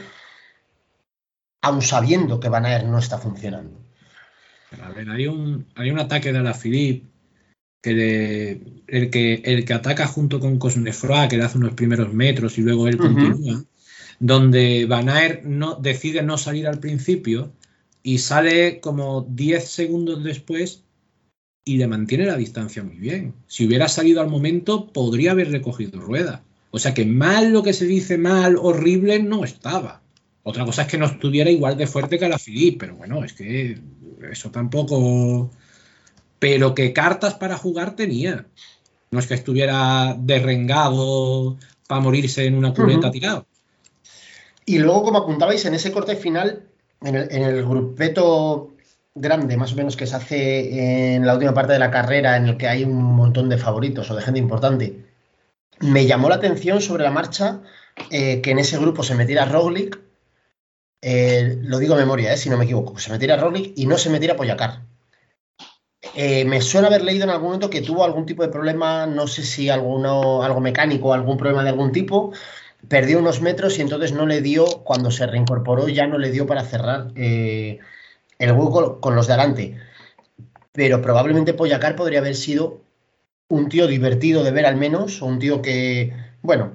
aun sabiendo que Van Aert no está funcionando. A ver, hay un, hay un ataque de Alaphilippe que le, el que el que ataca junto con Cosnefroy, que le hace unos primeros metros y luego él uh-huh. continúa, donde Van Aert no, decide no salir al principio y sale como diez segundos después y le mantiene la distancia muy bien. Si hubiera salido al momento, podría haber recogido rueda. O sea que mal, lo que se dice mal, horrible, no estaba. Otra cosa es que no estuviera igual de fuerte que Alaphilippe, pero bueno, es que eso tampoco... Pero que cartas para jugar tenía. No es que estuviera derrengado para morirse en una cuneta uh-huh. tirado. Y luego, como apuntabais, en ese corte final, en el, en el grupeto grande, más o menos, que se hace en la última parte de la carrera, en el que hay un montón de favoritos o de gente importante, me llamó la atención sobre la marcha eh, que en ese grupo se metiera Roglic, eh, lo digo de memoria, eh, si no me equivoco, se metiera Roglic y no se metiera Pogačar. Eh, me suena haber leído en algún momento que tuvo algún tipo de problema, no sé si alguno, algo mecánico, algún problema de algún tipo, perdió unos metros y entonces no le dio, cuando se reincorporó ya no le dio para cerrar eh, el hueco con los de adelante. Pero probablemente Pogačar podría haber sido un tío divertido de ver al menos, o un tío que, bueno,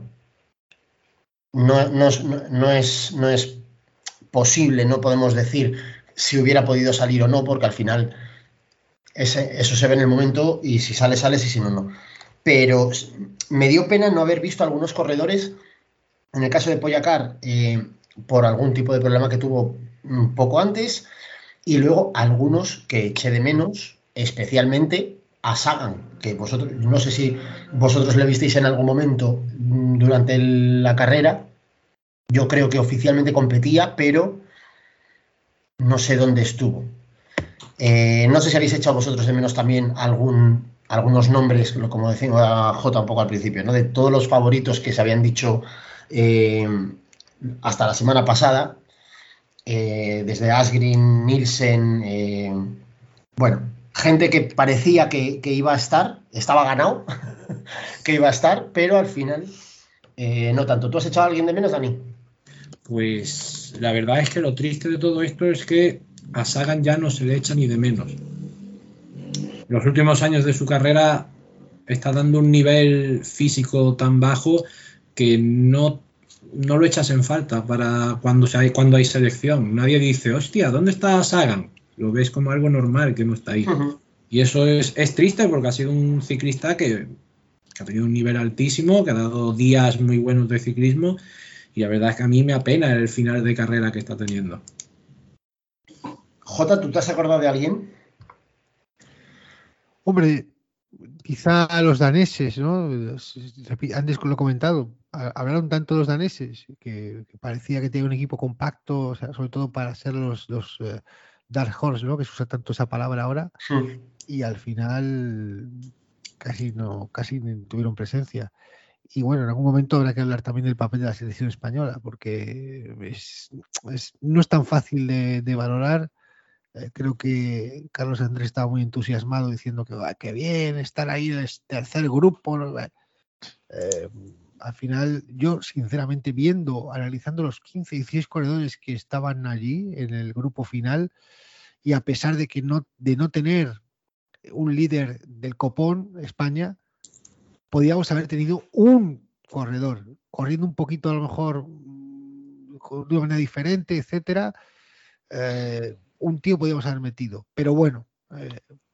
no, no, no, no, es, no es posible, no podemos decir si hubiera podido salir o no, porque al final... Ese, eso se ve en el momento y si sale, sales y si no, no. Pero me dio pena no haber visto a algunos corredores, en el caso de Pogačar, eh, por algún tipo de problema que tuvo un poco antes, y luego algunos que eché de menos, especialmente a Sagan, que vosotros, no sé si vosotros le visteis en algún momento durante el, la carrera. Yo creo que oficialmente competía, pero no sé dónde estuvo. Eh, no sé si habéis echado vosotros de menos también algún, algunos nombres, como decía Jota un poco al principio, ¿no? De todos los favoritos que se habían dicho eh, hasta la semana pasada, eh, desde Asgreen, Nielsen, eh, bueno, gente que parecía que, que iba a estar, estaba ganado, que iba a estar, pero al final eh, no tanto. ¿Tú has echado a alguien de menos, Dani? Pues la verdad es que lo triste de todo esto es que a Sagan ya no se le echa ni de menos. Los últimos años de su carrera está dando un nivel físico tan bajo que no, no lo echas en falta para cuando, se hay, cuando hay selección. Nadie dice, hostia, ¿dónde está Sagan? Lo ves como algo normal que no está ahí. Uh-huh. Y eso es, es triste porque ha sido un ciclista que, que ha tenido un nivel altísimo, que ha dado días muy buenos de ciclismo, y la verdad es que a mí me apena el final de carrera que está teniendo. Jota, ¿tú te has acordado de alguien? Hombre, quizá a los daneses, ¿no? Antes lo he comentado, hablaron tanto los daneses que, que parecía que tenía un equipo compacto, o sea, sobre todo para ser los, los uh, Dark Horse, ¿no? Que se usa tanto esa palabra ahora, sí. Y al final casi no, casi no tuvieron presencia. Y bueno, en algún momento habrá que hablar también del papel de la selección española, porque es, es, no es tan fácil de, de valorar. Eh, creo que Carlos Andrés estaba muy entusiasmado diciendo que ah, qué bien estar ahí en el tercer grupo. ¿No? Eh, al final, yo sinceramente viendo, analizando los quince, dieciséis corredores que estaban allí en el grupo final, y a pesar de que no, de no tener un líder del copón, España, podíamos haber tenido un corredor corriendo un poquito a lo mejor de una manera diferente, etcétera. Eh, un tío podíamos haber metido, pero bueno, eh,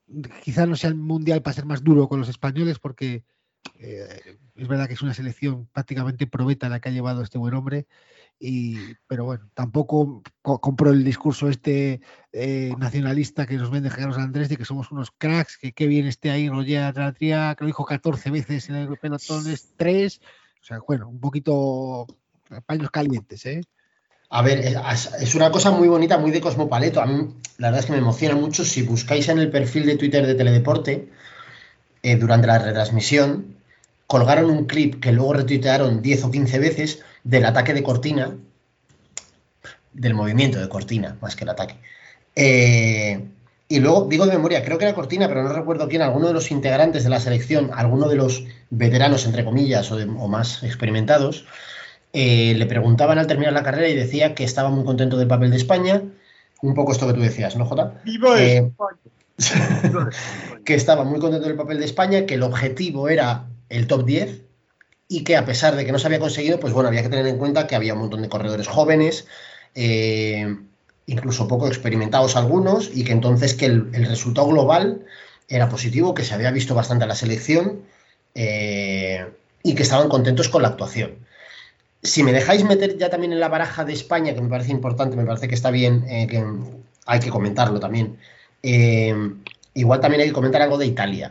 quizá no sea el mundial para ser más duro con los españoles, porque eh, es verdad que es una selección prácticamente probeta la que ha llevado este buen hombre. Y, pero bueno, tampoco co compro el discurso este eh, nacionalista que nos vende Carlos Andrés de que somos unos cracks, que qué bien esté ahí Roger Atria, que lo dijo catorce veces en el pelotón, es tres. O sea, bueno, un poquito paños calientes, ¿eh? A ver, es, es una cosa muy bonita, muy de Cosmopaleto. A mí, la verdad es que me emociona mucho. Si buscáis en el perfil de Twitter de Teledeporte, eh, durante la retransmisión, colgaron un clip que luego retuitearon diez o quince veces del ataque de Cortina, del movimiento de Cortina, más que el ataque. Eh, y luego, digo de memoria, creo que era Cortina, pero no recuerdo quién, alguno de los integrantes de la selección, alguno de los veteranos, entre comillas, o, de, o más experimentados, eh, le preguntaban al terminar la carrera y decía que estaba muy contento del papel de España, un poco esto que tú decías, ¿no, Jota? ¡Viva Eh, España! que estaba muy contento del papel de España, que el objetivo era el top diez, y que a pesar de que no se había conseguido, pues bueno, había que tener en cuenta que había un montón de corredores jóvenes, eh, incluso poco experimentados algunos, y que entonces que el, el resultado global era positivo, que se había visto bastante a la selección, eh, y que estaban contentos con la actuación. Si me dejáis meter ya también en la baraja de España, que me parece importante, me parece que está bien, eh, que hay que comentarlo también, eh, igual también hay que comentar algo de Italia.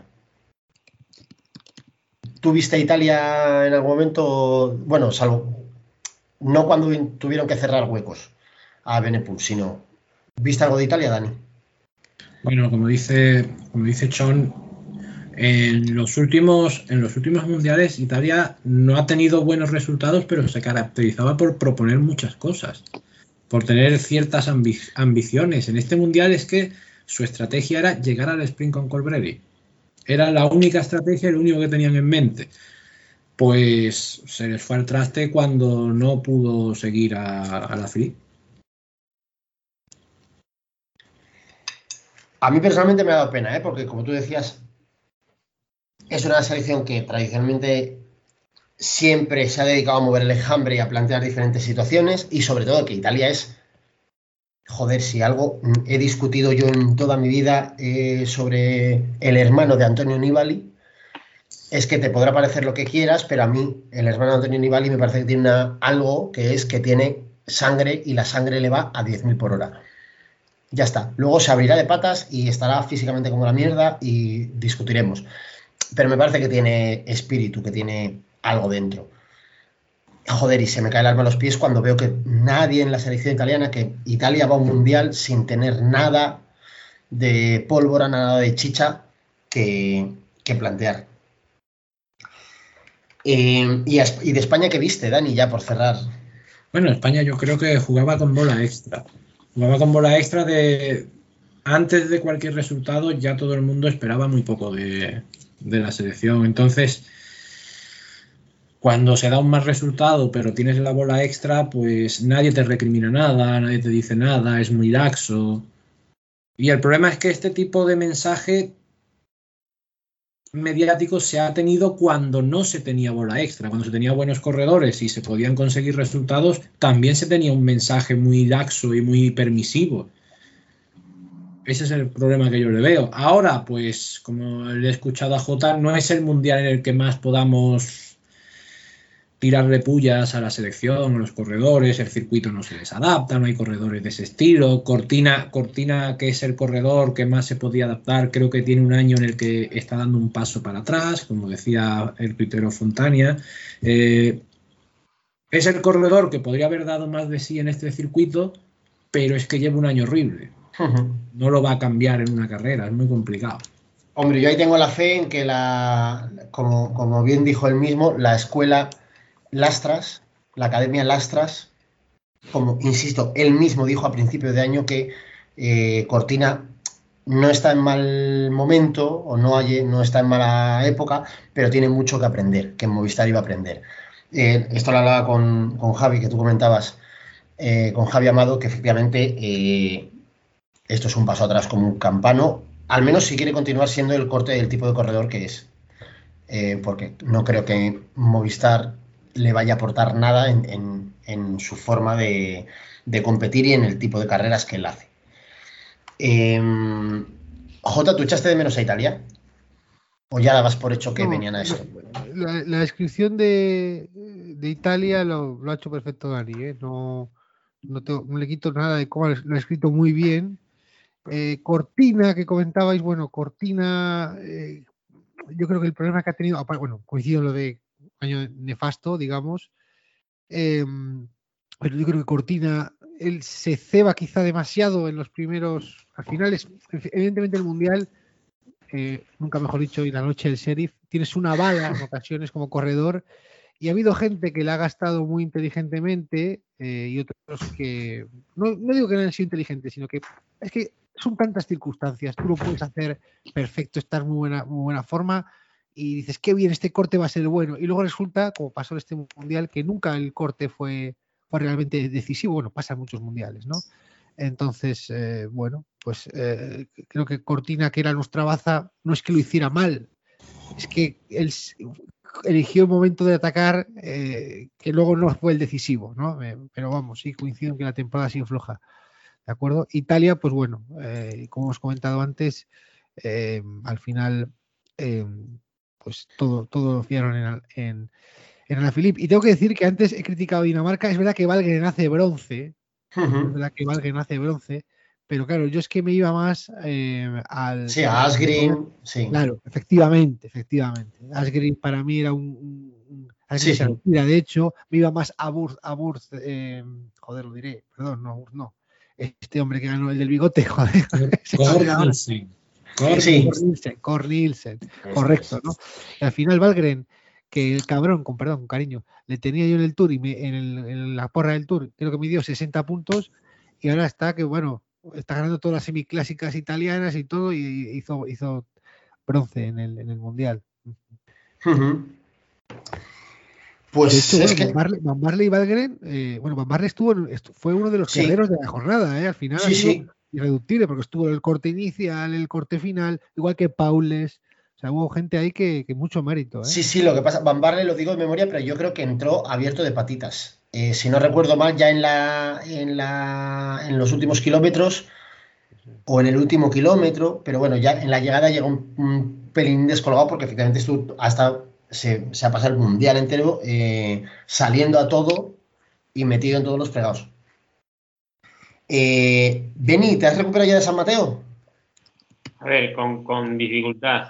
¿Tú viste a Italia en algún momento? Bueno, salvo no cuando tuvieron que cerrar huecos a Benepul, sino ¿viste algo de Italia, Dani? Bueno, como dice, como dice Sean, en los últimos, en los últimos mundiales Italia no ha tenido buenos resultados, pero se caracterizaba por proponer muchas cosas, por tener ciertas ambi ambiciones. En este mundial es que su estrategia era llegar al sprint con Colbrelli. Era la única estrategia y lo único que tenían en mente. Pues se les fue al traste cuando no pudo seguir a, a la Free. A mí personalmente me ha dado pena, ¿eh? Porque como tú decías, es una selección que tradicionalmente siempre se ha dedicado a mover el enjambre y a plantear diferentes situaciones, y sobre todo que Italia es, joder, si algo he discutido yo en toda mi vida eh, sobre el hermano de Antonio Nibali, es que te podrá parecer lo que quieras, pero a mí el hermano de Antonio Nibali me parece que tiene una, algo que es que tiene sangre, y la sangre le va a diez mil por hora. Ya está. Luego se abrirá de patas y estará físicamente como la mierda y discutiremos. Pero me parece que tiene espíritu, que tiene algo dentro. Joder, y se me cae el alma a los pies cuando veo que nadie en la selección italiana, que Italia va a un mundial sin tener nada de pólvora, nada de chicha que, que plantear. Eh, y, a, y de España, ¿qué viste, Dani, ya por cerrar? Bueno, España yo creo que jugaba con bola extra. Jugaba con bola extra de... Antes de cualquier resultado ya todo el mundo esperaba muy poco de, de la selección. Entonces, cuando se da un mal resultado pero tienes la bola extra, pues nadie te recrimina nada, nadie te dice nada, es muy laxo. Y el problema es que este tipo de mensaje mediático se ha tenido cuando no se tenía bola extra. Cuando se tenía buenos corredores y se podían conseguir resultados, también se tenía un mensaje muy laxo y muy permisivo. Ese es el problema que yo le veo. Ahora, pues, como le he escuchado a Jota, no es el mundial en el que más podamos tirarle pullas a la selección, a los corredores, el circuito no se les adapta, no hay corredores de ese estilo. Cortina, Cortina, que es el corredor que más se podía adaptar, creo que tiene un año en el que está dando un paso para atrás, como decía el tuitero Fontania. Eh, es el corredor que podría haber dado más de sí en este circuito, pero es que lleva un año horrible. Uh-huh. No lo va a cambiar en una carrera, es muy complicado. Hombre, yo ahí tengo la fe en que, la, como, como bien dijo él mismo, la escuela Lastras, la Academia Lastras, como insisto, él mismo dijo a principio de año que eh, Cortina no está en mal momento o no, hay, no está en mala época, pero tiene mucho que aprender, que en Movistar iba a aprender. Eh, esto lo hablaba con, con Javi, que tú comentabas, eh, con Javi Amado, que efectivamente eh, esto es un paso atrás como un campano, al menos si quiere continuar siendo el corte del tipo de corredor que es, eh, porque no creo que Movistar le vaya a aportar nada en, en, en su forma de, de competir y en el tipo de carreras que él hace. Eh, Jota, ¿tú echaste de menos a Italia? ¿O ya dabas por hecho que No, venían a eso? La, la descripción de, de Italia lo, lo ha hecho perfecto Dani, ¿eh? No, no, tengo- no le quito nada de cómo lo ha escrito muy bien. Eh, Cortina, que comentabais, bueno, Cortina, eh, yo creo que el problema que ha tenido, aparte, bueno, coincido en lo de año nefasto, digamos, eh, pero yo creo que Cortina, él se ceba quizá demasiado en los primeros, al final es, evidentemente el Mundial, eh, nunca mejor dicho, y la noche del sheriff, tienes una bala en ocasiones como corredor, y ha habido gente que la ha gastado muy inteligentemente eh, y otros que, no, no digo que no hayan sido inteligentes, sino que es que son tantas circunstancias, tú lo puedes hacer perfecto, estar muy buena, muy buena forma y dices, qué bien, este corte va a ser el bueno. Y luego resulta, como pasó en este mundial, que nunca el corte fue, fue realmente decisivo. Bueno, pasa en muchos mundiales, ¿no? Entonces, eh, bueno, pues eh, creo que Cortina, que era nuestra baza, no es que lo hiciera mal, es que él eligió el momento de atacar eh, que luego no fue el decisivo, ¿no? Eh, pero vamos, sí, coincido en que la temporada ha sido floja. ¿De acuerdo? Italia, pues bueno, eh, como hemos comentado antes, eh, al final, eh, pues todo, todo lo fiaron en, en, en Alaphilippe. Y tengo que decir que antes he criticado a Dinamarca, es verdad que Valgren hace bronce, uh-huh. es verdad que Valgren hace bronce, pero claro, yo es que me iba más eh, al... Sí, a Asgreen, sí. Claro, efectivamente, efectivamente. Asgreen para mí era un... un, un Asgreen sí, se retira, sí. De hecho, me iba más a Burth, a Burth eh, joder, lo diré, perdón, no, Burth no. Este hombre que ganó el del bigote, joder. Cornelsen. Cornelsen, Cornelsen, correcto, ¿no? Y al final Valgren, que el cabrón, con perdón, con cariño, le tenía yo en el Tour y me, en, el, en la porra del Tour, creo que me dio sesenta puntos y ahora está que, bueno, está ganando todas las semiclásicas italianas y todo y hizo, hizo bronce en el, en el Mundial. Uh-huh. Pues de hecho, es bueno, que... Van Barle, Van Barle y Valgren, eh, bueno, Van Barle estuvo, fue uno de los sí. guerreros de la jornada, ¿eh? Al final sí, ha sido sí. irreductible porque estuvo el corte inicial, el corte final, igual que Paules. O sea, hubo gente ahí que, que mucho mérito, ¿eh? Sí, sí, lo que pasa, Van Barle lo digo de memoria, pero yo creo que entró abierto de patitas. Eh, si no recuerdo mal, ya en la, en la en los últimos kilómetros o en el último kilómetro, pero bueno, ya en la llegada llegó un, un pelín descolgado porque efectivamente estuvo hasta se, se ha pasado el mundial entero eh, saliendo a todo y metido en todos los fregados. Eh, Beni, ¿te has recuperado ya de San Mateo? A ver, con, con dificultad.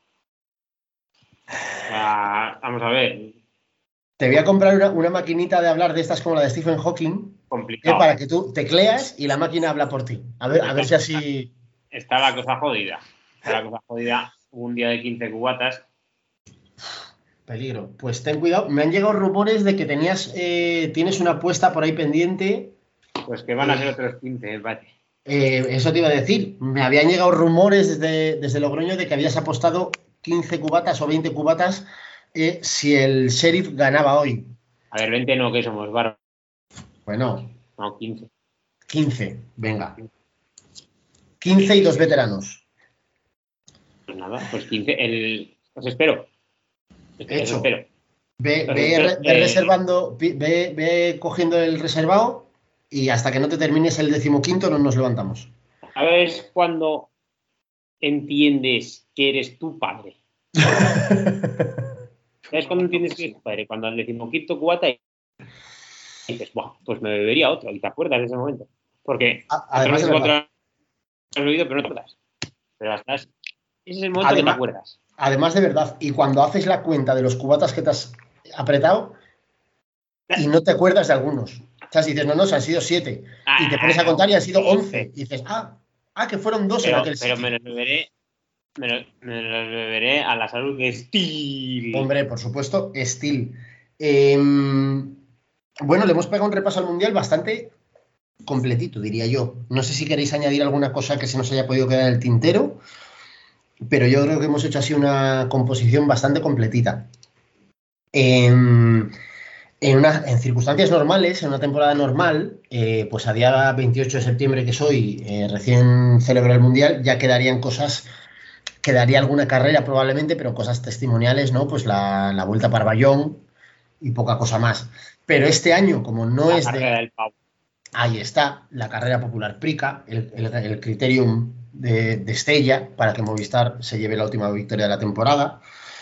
Uh, vamos a ver. Te voy a comprar una, una maquinita de hablar de estas como la de Stephen Hawking. Complicado. Eh, para que tú tecleas y la máquina habla por ti. A ver, a ver si así... Está la cosa jodida. Está la cosa jodida. Un día de quince cubatas. Peligro. Pues ten cuidado. Me han llegado rumores de que tenías eh, tienes una apuesta por ahí pendiente. Pues que van a ser otros quince, me parece. Eh, eso te iba a decir. Me habían llegado rumores desde, desde Logroño de que habías apostado quince cubatas o veinte cubatas eh, si el Sheriff ganaba hoy. A ver, veinte no, que somos barba. Bueno. No, quince. quince, venga. quince y dos veteranos. Pues nada, pues quince. El... Os espero. Hecho. Os espero. Ve, ve, ve, ve reservando, ve, ve cogiendo el reservado y hasta que no te termines el decimoquinto no nos levantamos. A ver cuando entiendes que eres tu padre. ¿Sabes cuándo entiendes que eres tu padre? Cuando al decimoquinto cubata y dices, buah, pues me bebería otro. Y te acuerdas de ese momento. Porque además de verdad. Has bebido, pero no te acuerdas. Pero hasta ese es el momento además, que te acuerdas. Además de verdad. Y cuando haces la cuenta de los cubatas que te has apretado y no te acuerdas de algunos. O sea, si dices, no, no, se han sido siete. Ah, y te pones a contar y han sido once. Y dices, ah, ah, que fueron dos pero, en aquel Pero me los beberé. Me los, me los beberé a la salud de Steel. Hombre, por supuesto, Steel. Eh, bueno, le hemos pegado un repaso al Mundial bastante completito, diría yo. No sé si queréis añadir alguna cosa que se nos haya podido quedar en el tintero, pero yo creo que hemos hecho así una composición bastante completita. En, en, una, en circunstancias normales, en una temporada normal, eh, pues a día veintiocho de septiembre que soy, eh, recién celebro el Mundial, ya quedarían cosas... Quedaría alguna carrera probablemente, pero cosas testimoniales, ¿no? Pues la, la Vuelta a Barballón y poca cosa más. Pero este año, como no la es de... Del Pau. Ahí está, la carrera popular Prica, el, el, el Criterium de, de Estella para que Movistar se lleve la última victoria de la temporada.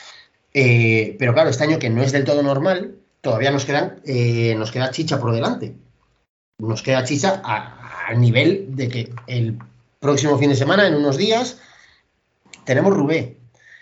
Eh, pero claro, este año que no es del todo normal, todavía nos, quedan, eh, nos queda chicha por delante. Nos queda chicha al nivel de que el próximo fin de semana, en unos días, tenemos Roubaix.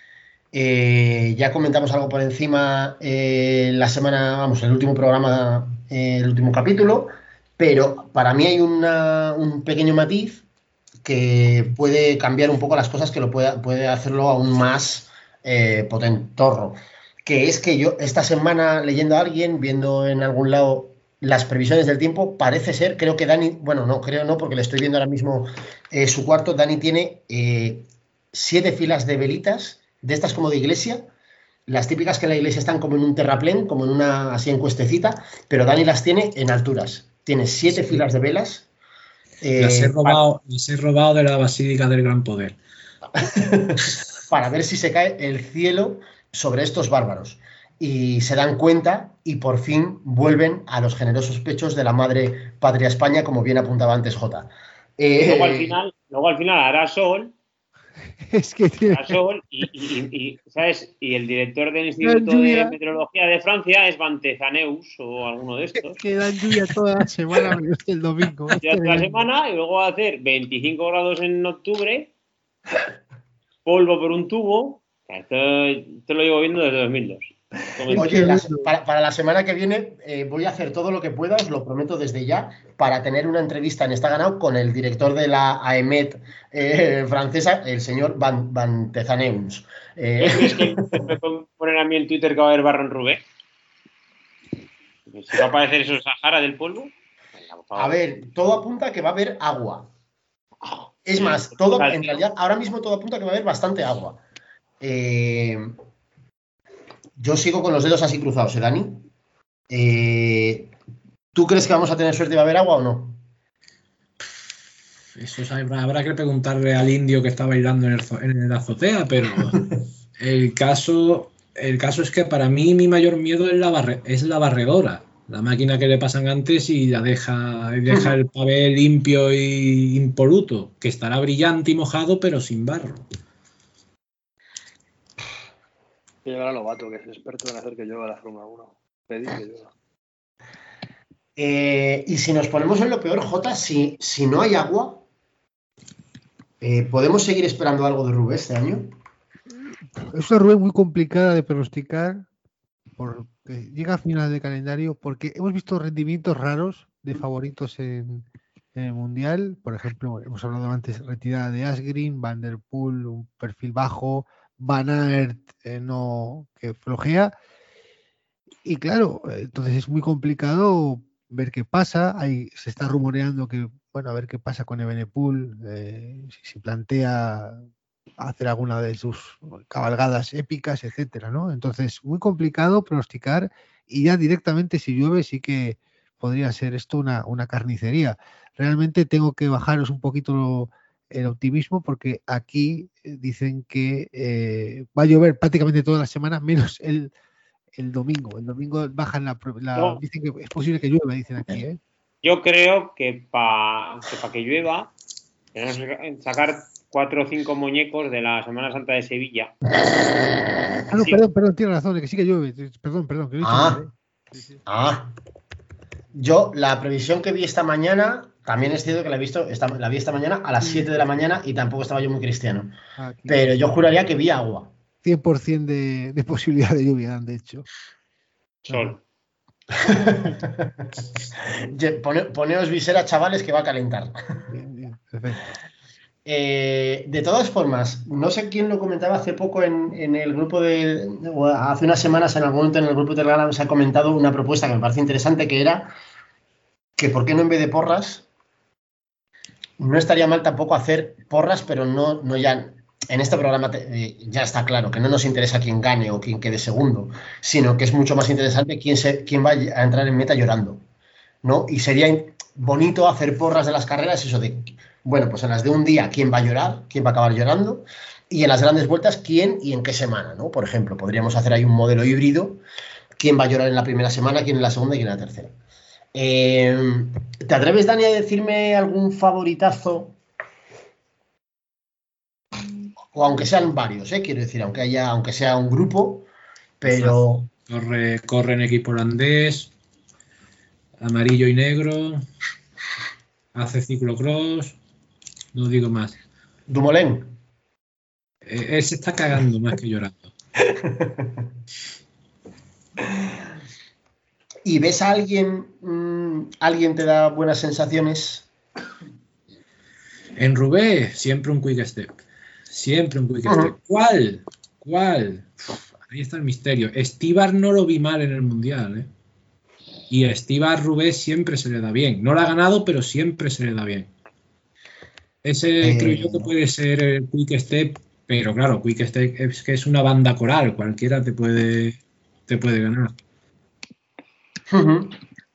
Eh, ya comentamos algo por encima eh, la semana, vamos, el último programa, eh, el último capítulo, pero para mí hay una, un pequeño matiz que puede cambiar un poco las cosas, que lo puede, puede hacerlo aún más eh, potentorro, que es que yo esta semana leyendo a alguien, viendo en algún lado las previsiones del tiempo, parece ser, creo que Dani, bueno, no, creo no, porque le estoy viendo ahora mismo eh, su cuarto, Dani tiene eh, siete filas de velitas, de estas como de iglesia, las típicas que en la iglesia están como en un terraplén, como en una así en cuestecita, pero Dani las tiene en alturas. Tiene siete sí. filas de velas. Eh, las, he robado, para... las he robado de la Basílica del Gran Poder. Para ver si se cae el cielo sobre estos bárbaros. Y se dan cuenta y por fin vuelven a los generosos pechos de la madre patria España, como bien apuntaba antes Jota. Eh, luego, al final, luego al final hará sol. Es que tiene... Sol y, y, y, ¿sabes? Y el director del Instituto de Meteorología de Francia es Vantezaneus o alguno de estos. Que dan lluvia toda la semana, el domingo. Ya toda la semana y luego va a hacer veinticinco grados en octubre, polvo por un tubo. Esto, esto lo llevo viendo desde dos mil dos. Oye, la, para, para la semana que viene eh, voy a hacer todo lo que pueda, os lo prometo desde ya, para tener una entrevista en Está Ganado con el director de la A E M E T eh, francesa, el señor Van, Van Tezaneus. Eh... ¿Es que me pueden poner a mí en Twitter que va a haber barro en Roubaix? ¿Se va a aparecer eso Sahara del polvo? A ver, todo apunta a que va a haber agua. Es más, todo, en realidad, ahora mismo todo apunta a que va a haber bastante agua. Eh... Yo sigo con los dedos así cruzados, ¿eh, Dani? Eh, ¿Tú crees que vamos a tener suerte y va a haber agua o no? Eso es, habrá, habrá que preguntarle al indio que está bailando en, el, en la azotea, pero el caso, el caso es que para mí mi mayor miedo es la, barre, es la barredora, la máquina que le pasan antes y la deja, deja el pavé limpio e impoluto, que estará brillante y mojado, pero sin barro. Que llevar a Lobato, que es experto en hacer que llueva la Fórmula uno. Pedir que llueva. Eh, y si nos ponemos en lo peor, Jota, si, si no hay agua, eh, ¿podemos seguir esperando algo de Roubaix este año? Es una Roubaix muy complicada de pronosticar, porque llega a final de calendario, porque hemos visto rendimientos raros de favoritos en, en el Mundial. Por ejemplo, hemos hablado antes retirada de Asgreen, Van der Poel, un perfil bajo, Van Aert eh, no, que flojea, y claro, entonces es muy complicado ver qué pasa. Ahí se está rumoreando que, bueno, a ver qué pasa con Evenepoel, eh, si se plantea hacer alguna de sus cabalgadas épicas, etcétera, ¿no? Entonces, muy complicado pronosticar, y ya directamente si llueve sí que podría ser esto una, una carnicería. Realmente tengo que bajaros un poquito el optimismo, porque aquí dicen que eh, va a llover prácticamente toda la semana, menos el, el domingo. El domingo bajan la, la no. Dicen que es posible que llueva, dicen aquí, ¿eh? Yo creo que para que, pa que llueva tenemos que sacar cuatro o cinco muñecos de la Semana Santa de Sevilla. Ah, no, sí. perdón, perdón, tiene razón, que sí que llueve. Perdón, perdón. Que ah, llueve, ¿eh? sí, sí. ah. Yo, la previsión que vi esta mañana, también es cierto que la he visto, esta, la vi esta mañana a las siete de la mañana y tampoco estaba yo muy cristiano. Aquí. Pero yo juraría que vi agua. cien por ciento de, de posibilidad de lluvia, de hecho. Sol. Pone, poneos visera, chavales, que va a calentar. Bien, bien, perfecto. Eh, de todas formas, no sé quién lo comentaba hace poco en, en el grupo de, o hace unas semanas en algún momento en el grupo de Telegram se ha comentado una propuesta que me parece interesante, que era que por qué no en vez de porras, no estaría mal tampoco hacer porras, pero no, no ya, en este programa te, eh, ya está claro que no nos interesa quién gane o quién quede segundo, sino que es mucho más interesante quién, se, quién va a entrar en meta llorando, ¿no? Y sería bonito hacer porras de las carreras, eso de... Bueno, pues en las de un día, ¿quién va a llorar? ¿Quién va a acabar llorando? Y en las grandes vueltas, ¿quién y en qué semana? ¿No? Por ejemplo, podríamos hacer ahí un modelo híbrido. ¿Quién va a llorar en la primera semana? ¿Quién en la segunda y quién en la tercera? Eh, ¿Te atreves, Dani, a decirme algún favoritazo O aunque sean varios, ¿eh? Quiero decir, aunque haya, aunque sea un grupo, pero... Corre, corre en equipo holandés, amarillo y negro, hace ciclocross, no digo más. Dumoulin. Eh, él se está cagando más que llorando. ¿Y ves a alguien, mmm, alguien te da buenas sensaciones? En Roubaix, siempre un quick step. Siempre un quick step. ¿Cuál? ¿Cuál? Uf, ahí está el misterio. Estibar no lo vi mal en el Mundial, ¿eh? Y a Estibar Roubaix siempre se le da bien. No lo ha ganado, pero siempre se le da bien. Ese eh... creo yo que puede ser el quick step, pero claro, quick step es que es una banda coral. Cualquiera te puede, te puede ganar. Uh-huh.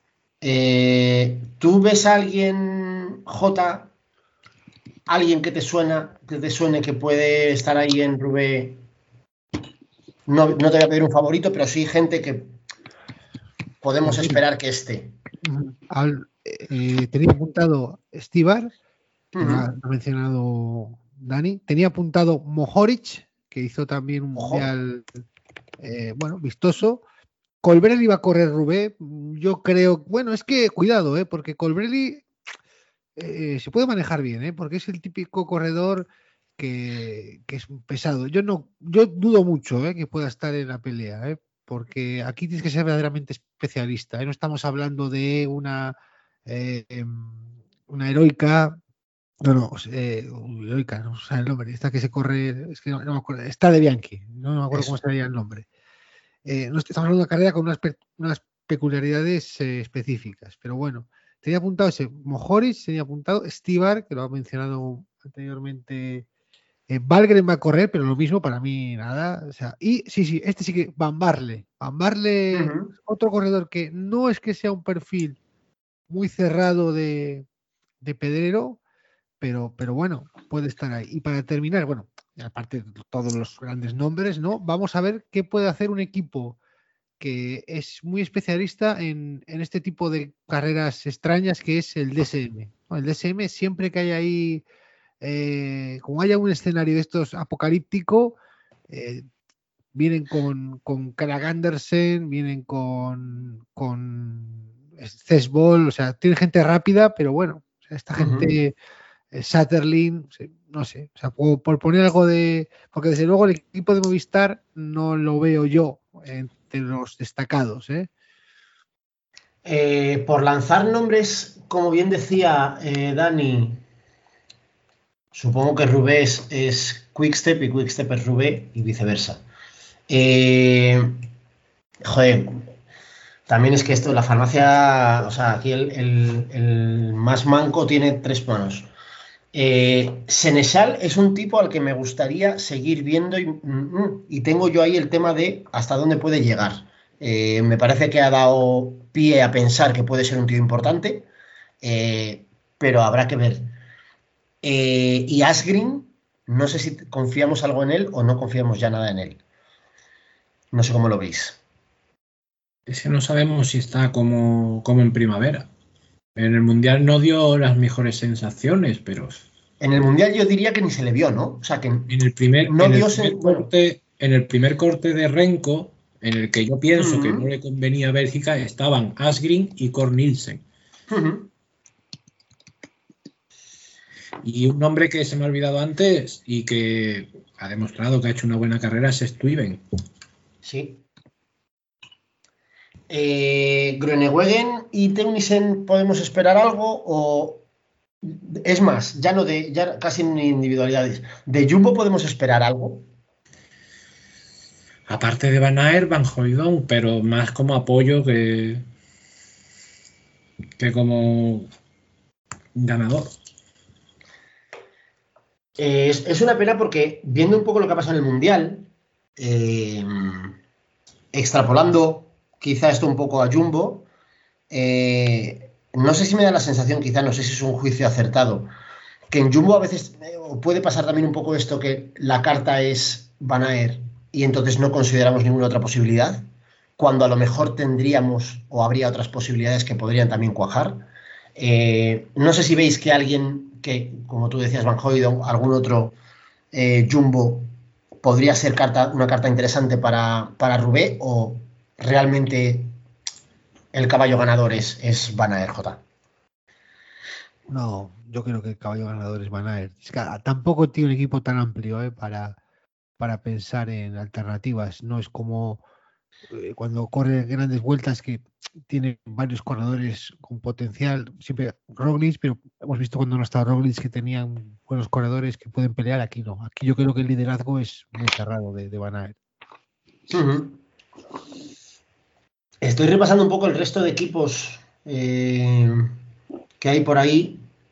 eh, ¿Tú ves a alguien, J, alguien que te suena, que te suene que puede estar ahí en Roubaix? No, no te voy a pedir un favorito, pero sí gente que podemos esperar que esté. Al, eh, tenía apuntado Estibar, que uh-huh. lo ha mencionado Dani. Tenía apuntado Mohoric, que hizo también un mundial eh, bueno, vistoso. Colbrelli va a correr Roubaix. Yo creo, bueno, es que cuidado, eh, porque Colbrelli eh, se puede manejar bien, eh, porque es el típico corredor que, que es pesado. Yo no, yo dudo mucho eh, que pueda estar en la pelea, eh, porque aquí tienes que ser verdaderamente especialista. Eh. No estamos hablando de una eh, una heroica. No, no, eh, heroica, no sé el nombre. Esta que se corre, es que no, no me acuerdo. Está de Bianchi, no, no me acuerdo Eso. cómo sería el nombre. Eh, no estamos hablando de una carrera con unas, unas peculiaridades eh, específicas, pero bueno, tenía apuntado ese Mohoric, tenía apuntado Estibar, que lo ha mencionado anteriormente. Eh, Valgren va a correr, pero lo mismo para mí nada. O sea, y sí, sí, este sí que Van Barle. Van Barle, uh-huh. otro corredor que no es que sea un perfil muy cerrado de, de pedrero, pero, pero bueno, puede estar ahí. Y para terminar, bueno, aparte de todos los grandes nombres, ¿no? Vamos a ver qué puede hacer un equipo que es muy especialista en, en este tipo de carreras extrañas, que es el D S M. El D S M, siempre que haya ahí, eh, como haya un escenario de estos apocalíptico, eh, vienen con, con Krag Andersen, vienen con, con Cesbol, o sea, tienen gente rápida, pero bueno, o sea, esta uh-huh. gente... Satterlin, no sé, o sea, por, por poner algo de... Porque desde luego el equipo de Movistar no lo veo yo entre los destacados. ¿eh? Eh, por lanzar nombres, como bien decía eh, Dani, supongo que Roubaix es, es Quickstep y Quickstep es Roubaix y viceversa. Eh, joder, también es que esto, la farmacia, o sea, aquí el, el, el más manco tiene tres manos. Eh, Senechal es un tipo al que me gustaría seguir viendo y, y tengo yo ahí el tema de hasta dónde puede llegar. Eh, me parece que ha dado pie a pensar que puede ser un tío importante, eh, pero habrá que ver. Eh, y Asgreen, no sé si confiamos algo en él o no confiamos ya nada en él. No sé cómo lo veis. Es que no sabemos si está como, como en primavera. En el Mundial no dio las mejores sensaciones, pero... En el Mundial yo diría que ni se le vio, ¿no? O sea, que en el primer, no en dio el primer sen... corte, en el primer corte de Renko, en el que yo pienso uh-huh. que no le convenía a Bélgica, estaban Asgreen y Cor Nielsen. Uh-huh. Y un nombre que se me ha olvidado antes y que ha demostrado que ha hecho una buena carrera es Stuyven. Sí. Eh, Groenewegen y Teunissen, ¿podemos esperar algo? O es más, ya no de, ya casi en individualidades. ¿De Jumbo podemos esperar algo? Aparte de Van Aert, Van Hooydonk, pero más como apoyo que, que como ganador. Eh, es, es una pena porque viendo un poco lo que ha pasado en el Mundial, eh, extrapolando quizá esto un poco a Jumbo, eh, no sé si me da la sensación, quizá no sé si es un juicio acertado, que en Jumbo a veces eh, puede pasar también un poco esto, que la carta es Van Aert y entonces no consideramos ninguna otra posibilidad, cuando a lo mejor tendríamos o habría otras posibilidades que podrían también cuajar. Eh, no sé si veis que alguien que, como tú decías, Van Hooydonk, algún otro eh, Jumbo podría ser carta, una carta interesante para, para Roubaix, o realmente el caballo ganador es, es Van Aert, J? No, yo creo que el caballo ganador es Van Aert. Es que tampoco tiene un equipo tan amplio ¿eh? para, para pensar en alternativas. No es como eh, cuando corre grandes vueltas que tiene varios corredores con potencial. Siempre Roglic, pero hemos visto cuando no está Roglic que tenían buenos corredores que pueden pelear. Aquí no. Aquí yo creo que el liderazgo es muy cerrado de, de Van Aert. Uh-huh. Estoy repasando un poco el resto de equipos eh, que hay por ahí.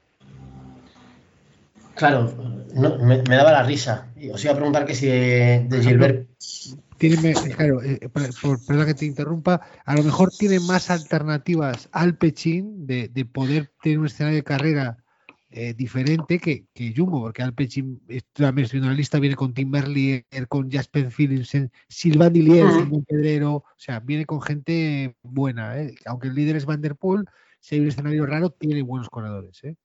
Claro, no, me, me daba la risa. Os iba a preguntar que si de, de Gilbert... Tiene, claro, eh, por, por, perdón que te interrumpa, a lo mejor tiene más alternativas Alpecin de, de poder tener un escenario de carrera eh, diferente que, que Jumbo, porque Alpecin, también estoy viendo la lista, viene con Tim Merlier, con Jasper Philipsen, Sylvain Dillier, uh-huh. Simón Pedrero, o sea, viene con gente buena, ¿eh? Aunque el líder es Van der Poel, si hay un escenario raro, tiene buenos corredores, ¿eh?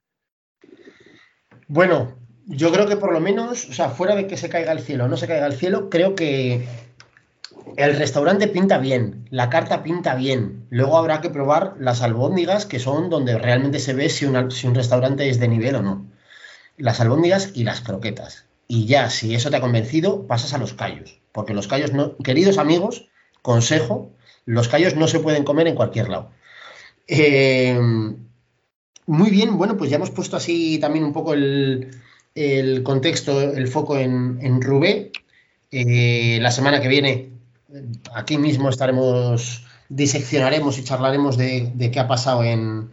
Bueno, yo creo que por lo menos, o sea, fuera de que se caiga el cielo o no se caiga el cielo, creo que el restaurante pinta bien, la carta pinta bien. Luego habrá que probar las albóndigas, que son donde realmente se ve si, una, si un restaurante es de nivel o no. Las albóndigas y las croquetas. Y ya, si eso te ha convencido, pasas a los callos. Porque los callos, no, queridos amigos, consejo, los callos no se pueden comer en cualquier lado. Eh, muy bien, bueno, pues ya hemos puesto así también un poco el, el contexto, el foco en, en Roubaix. Eh, la semana que viene aquí mismo estaremos, diseccionaremos y charlaremos de, de qué ha pasado en,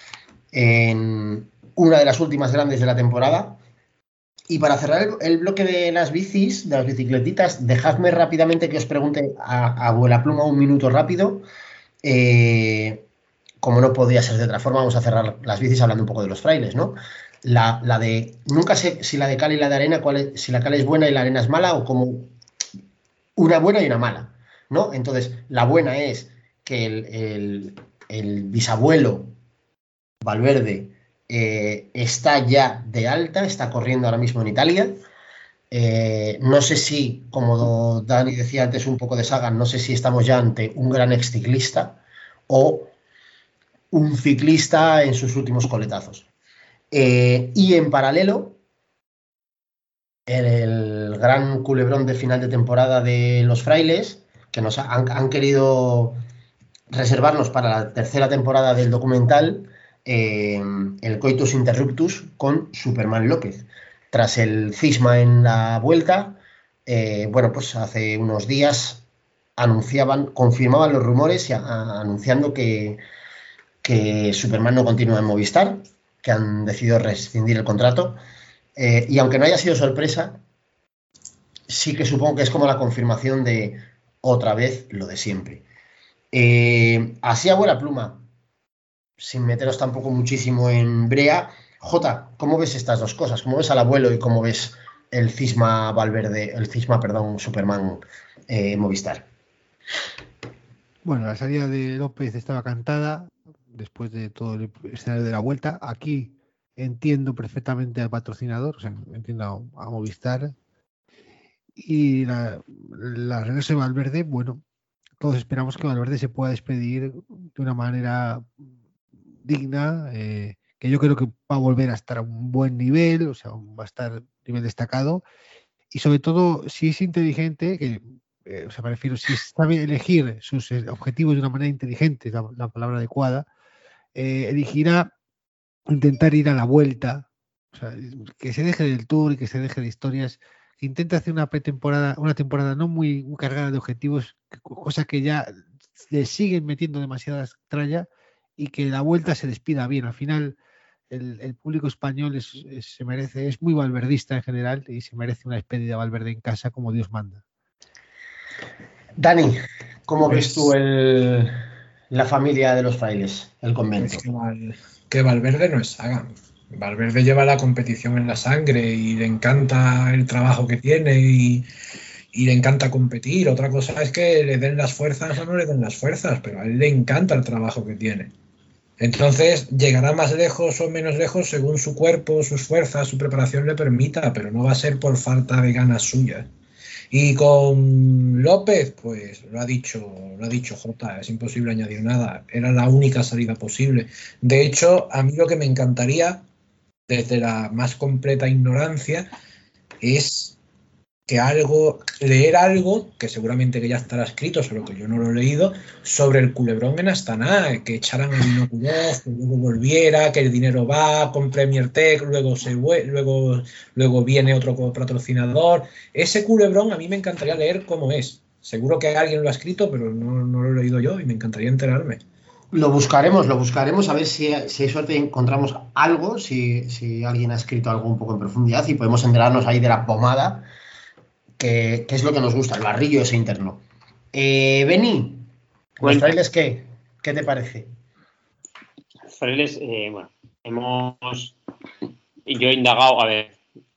en una de las últimas grandes de la temporada. Y para cerrar el, el bloque de las bicis, de las bicicletitas, dejadme rápidamente que os pregunte a, a vuela pluma un minuto rápido. Eh, como no podía ser de otra forma, vamos a cerrar las bicis hablando un poco de los frailes, ¿no? La, la de, nunca sé si la de cal y la de arena, cuál es, si la cal es buena y la arena es mala, o como una buena y una mala, ¿no? Entonces, la buena es que el, el, el bisabuelo Valverde eh, está ya de alta, está corriendo ahora mismo en Italia. Eh, no sé si, como Dani decía antes un poco de Sagan, no sé si estamos ya ante un gran exciclista o un ciclista en sus últimos coletazos. Eh, y en paralelo, el, el gran culebrón de final de temporada de los frailes, que nos han, han querido reservarnos para la tercera temporada del documental, eh, el coitus interruptus con Superman López. Tras el cisma en la vuelta, eh, bueno, pues hace unos días anunciaban, confirmaban los rumores y a, a, anunciando que, que Superman no continúa en Movistar, que han decidido rescindir el contrato. Eh, y aunque no haya sido sorpresa, sí que supongo que es como la confirmación de otra vez lo de siempre. Eh, así a buena pluma, sin meteros tampoco muchísimo en brea, Jota, ¿cómo ves estas dos cosas? ¿Cómo ves al abuelo y cómo ves el cisma Valverde, el cisma, perdón, Superman eh, Movistar? Bueno, la salida de López estaba cantada después de todo el escenario de la vuelta. Aquí entiendo perfectamente al patrocinador, o sea, entiendo a, a Movistar. Y la, la regreso de Valverde, bueno, todos esperamos que Valverde se pueda despedir de una manera digna, eh, que yo creo que va a volver a estar a un buen nivel, o sea, va a estar a un nivel destacado. Y sobre todo, si es inteligente, que, eh, o sea, me refiero, si sabe elegir sus objetivos de una manera inteligente, la, la palabra adecuada, eh, elegirá intentar ir a la vuelta, o sea, que se deje del Tour y que se deje de historias, que intente hacer una pretemporada, una temporada no muy, muy cargada de objetivos, cosa que ya le siguen metiendo demasiada tralla, y que la vuelta se despida bien. Al final, el, el público español es, es, se merece, es muy valverdista en general, y se merece una despedida Valverde en casa como Dios manda. Dani, ¿cómo pues, ves tú el, la familia de los frailes, el convento? Pues que, Val, que Valverde no es Sagan. Valverde lleva la competición en la sangre y le encanta el trabajo que tiene y, y le encanta competir. Otra cosa es que le den las fuerzas o no le den las fuerzas, pero a él le encanta el trabajo que tiene. Entonces llegará más lejos o menos lejos según su cuerpo, sus fuerzas, su preparación le permita, pero no va a ser por falta de ganas suyas. Y con López, pues lo ha dicho, lo ha dicho Jota, es imposible añadir nada. Era la única salida posible. De hecho, a mí lo que me encantaría, desde la más completa ignorancia, es que algo, leer algo, que seguramente que ya estará escrito, solo que yo no lo he leído, sobre el culebrón en Astana, que echaran el inoculos, que luego volviera, que el dinero va con Premier Tech, luego se luego, luego viene otro patrocinador. Ese culebrón a mí me encantaría leer cómo es. Seguro que alguien lo ha escrito, pero no, no lo he leído yo y me encantaría enterarme. Lo buscaremos, lo buscaremos a ver si, si hay suerte y encontramos algo, si, si alguien ha escrito algo un poco en profundidad y podemos enterarnos ahí de la pomada. Que, que es lo que nos gusta, el barrillo ese interno. Eh, Beni, ¿los trailers qué? ¿Qué te parece? Los trailers, eh, bueno, hemos... Yo he indagado, a ver,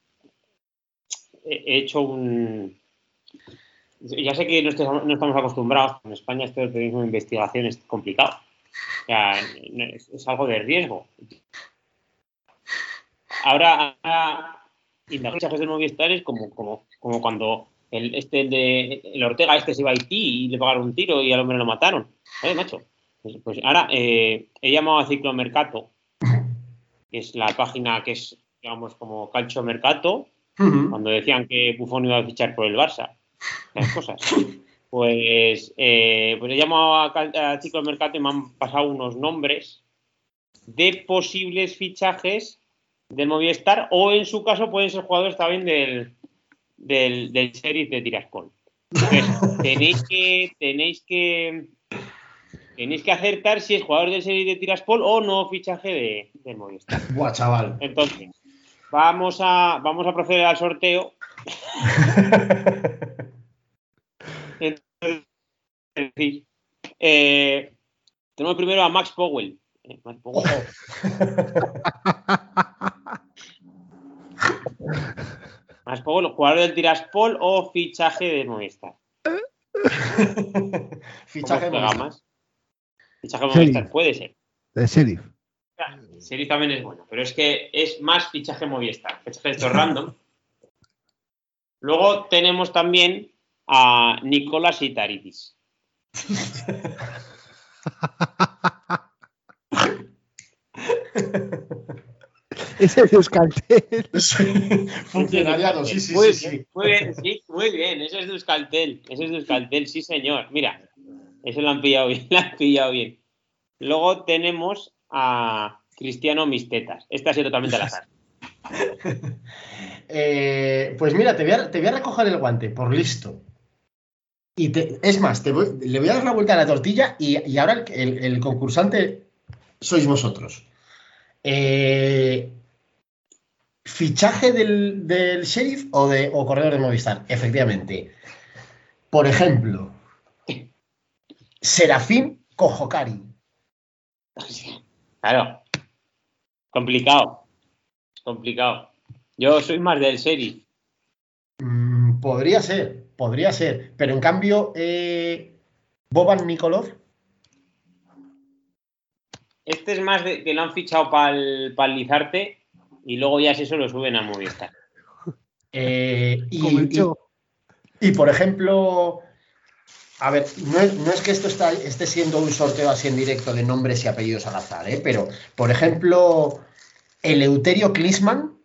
he hecho un... Ya sé que no, estés, no estamos acostumbrados, en España esto del periodismo de investigación es complicado. O sea, es, es algo de riesgo. Ahora... ahora y las fichajes del Movistar es como, como, como cuando el, este, el, de, el Ortega este se iba a Haití y le pagaron un tiro y al hombre lo mataron. ¿Sabes, macho? Pues, pues ahora eh, he llamado a Ciclomercato, que es la página que es, digamos, como Calcio Mercato, uh-huh. Cuando decían que Buffon iba a fichar por el Barça. Esas cosas. Pues, eh, pues he llamado a, a Ciclomercato y me han pasado unos nombres de posibles fichajes del Movistar, o en su caso pueden ser jugadores también del, del, del Sheriff de Tiraspol. Entonces, tenéis que tenéis que tenéis que acertar si es jugador del Sheriff de Tiraspol o no fichaje de, del Movistar. Buah, chaval. Entonces, vamos a vamos a proceder al sorteo. Entonces, eh, tenemos primero a Max Powell. Eh, Max Powell. Más Powell, jugador del Tiraspol o fichaje de Movistar. Fichaje de Movistar. Fichaje de Movistar, puede ser. De Sheriff. Sheriff también es bueno, pero es que es más fichaje Movistar. Fichaje de estos random. Luego tenemos también a Nicolás Itaridis. Ese es de Euskaltel. Funcionariado, sí, sí, muy, sí, sí. Muy bien, sí, muy bien. Ese es de Euskaltel. Ese es de Euskaltel, sí, señor. Mira, eso lo han pillado bien, lo han pillado bien. Luego tenemos a Cristiano Mistetas. Esta ha sido totalmente al azar. eh, pues mira, te voy, a, te voy a recoger el guante, por listo. Y te, es más, te voy, le voy a dar la vuelta a la tortilla y, y ahora el, el, el concursante sois vosotros. Eh, ¿Fichaje del, del Sheriff o, de, o corredor de Movistar? Efectivamente. Por ejemplo, Serafín Kojokari. Claro. Complicado. Complicado. Yo soy más del Sheriff. Mm, podría ser, podría ser. Pero en cambio, eh, Boban Nikolov. Este es más de que lo han fichado para el, pa el Lizarte y luego ya si eso lo suben a Movistar. Eh, y, y, y por ejemplo, a ver, no es, no es que esto está, esté siendo un sorteo así en directo de nombres y apellidos al azar, ¿eh? Pero, por ejemplo, Eleuterio Klinsmann.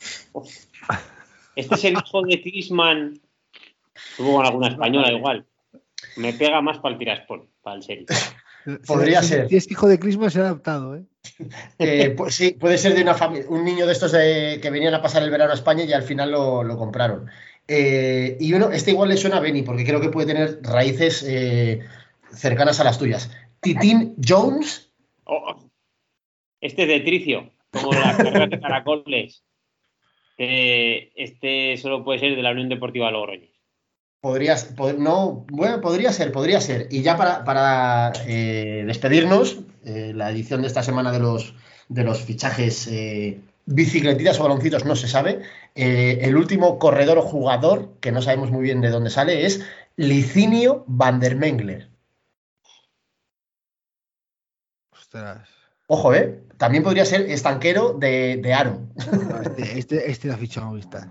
Este es el hijo de Klinsmann. Tuvo con alguna española igual. Me pega más para el Tiraspol, para el Sheriff. Podría ser. Si es hijo de Klinsmann, será adoptado, ¿eh? eh pues sí, puede ser de una familia, un niño de estos de, que venían a pasar el verano a España y al final lo, lo compraron. Eh, y uno, este igual le suena a Beni, porque creo que puede tener raíces eh, cercanas a las tuyas. Titín Jones. Oh, este es de Tricio, como las carreras de caracoles. Eh, este solo puede ser de la Unión Deportiva Logroñés. Podría, pod, no, bueno, podría ser, podría ser. Y ya para, para eh, despedirnos, eh, la edición de esta semana de los, de los fichajes eh, bicicletitas o baloncitos no se sabe. Eh, el último corredor o jugador, que no sabemos muy bien de dónde sale, es Licinio van der Mengler. Ostras. Ojo, ¿eh? También podría ser estanquero de, de Aro. No, este, este, este lo ha fichado Movistar.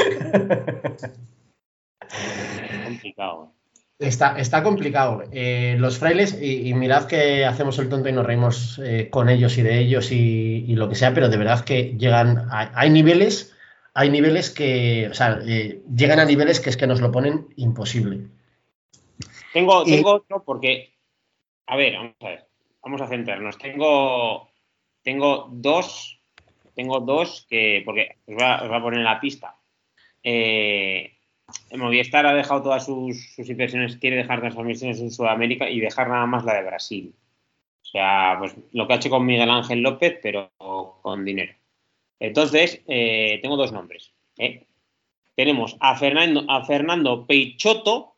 Complicado. Está, está complicado. Eh, los frailes, y, y mirad que hacemos el tonto y nos reímos eh, con ellos y de ellos y, y lo que sea, pero de verdad que llegan. Hay, hay niveles, hay niveles que. O sea, eh, llegan a niveles que es que nos lo ponen imposible. Tengo, Y- tengo otro porque. A ver, vamos a ver. Vamos a centrarnos. Tengo. Tengo dos. Tengo dos que. Porque os voy a, os voy a poner en la pista. Eh. Movistar ha dejado todas sus, sus inversiones, quiere dejar las inversiones en Sudamérica y dejar nada más la de Brasil. O sea, pues lo que ha hecho con Miguel Ángel López, pero con dinero. Entonces, eh, tengo dos nombres. ¿eh? Tenemos a Fernando, a Fernando Peixoto.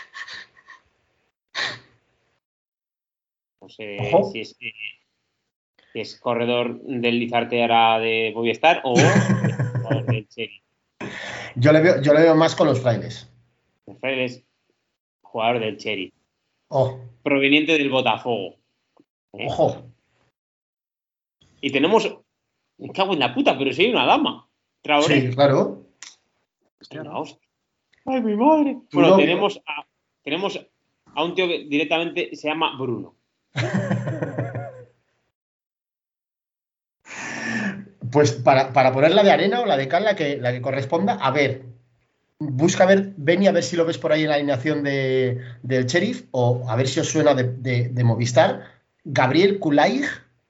No sé Ojo. si es, eh, si es corredor del Lizarteara de Movistar o jugador del Sheriff. Yo le veo, yo le veo más con los frailes. Rafael es jugador del Sheriff. Oh, Proveniente del Botafogo. ¿eh? ojo. Y tenemos. Me cago en la puta, pero soy una dama. Traoré. Sí, claro. Una hostia. Ay, mi madre. Tu Bueno, novio. tenemos a, tenemos a un tío que directamente se llama Bruno. Pues para, para poner la de arena o la de cal, la que, la que corresponda, a ver, busca a ver, ven y a ver si lo ves por ahí en la alineación de, del Sheriff, o a ver si os suena de, de, de Movistar. Gabriel Kulaig,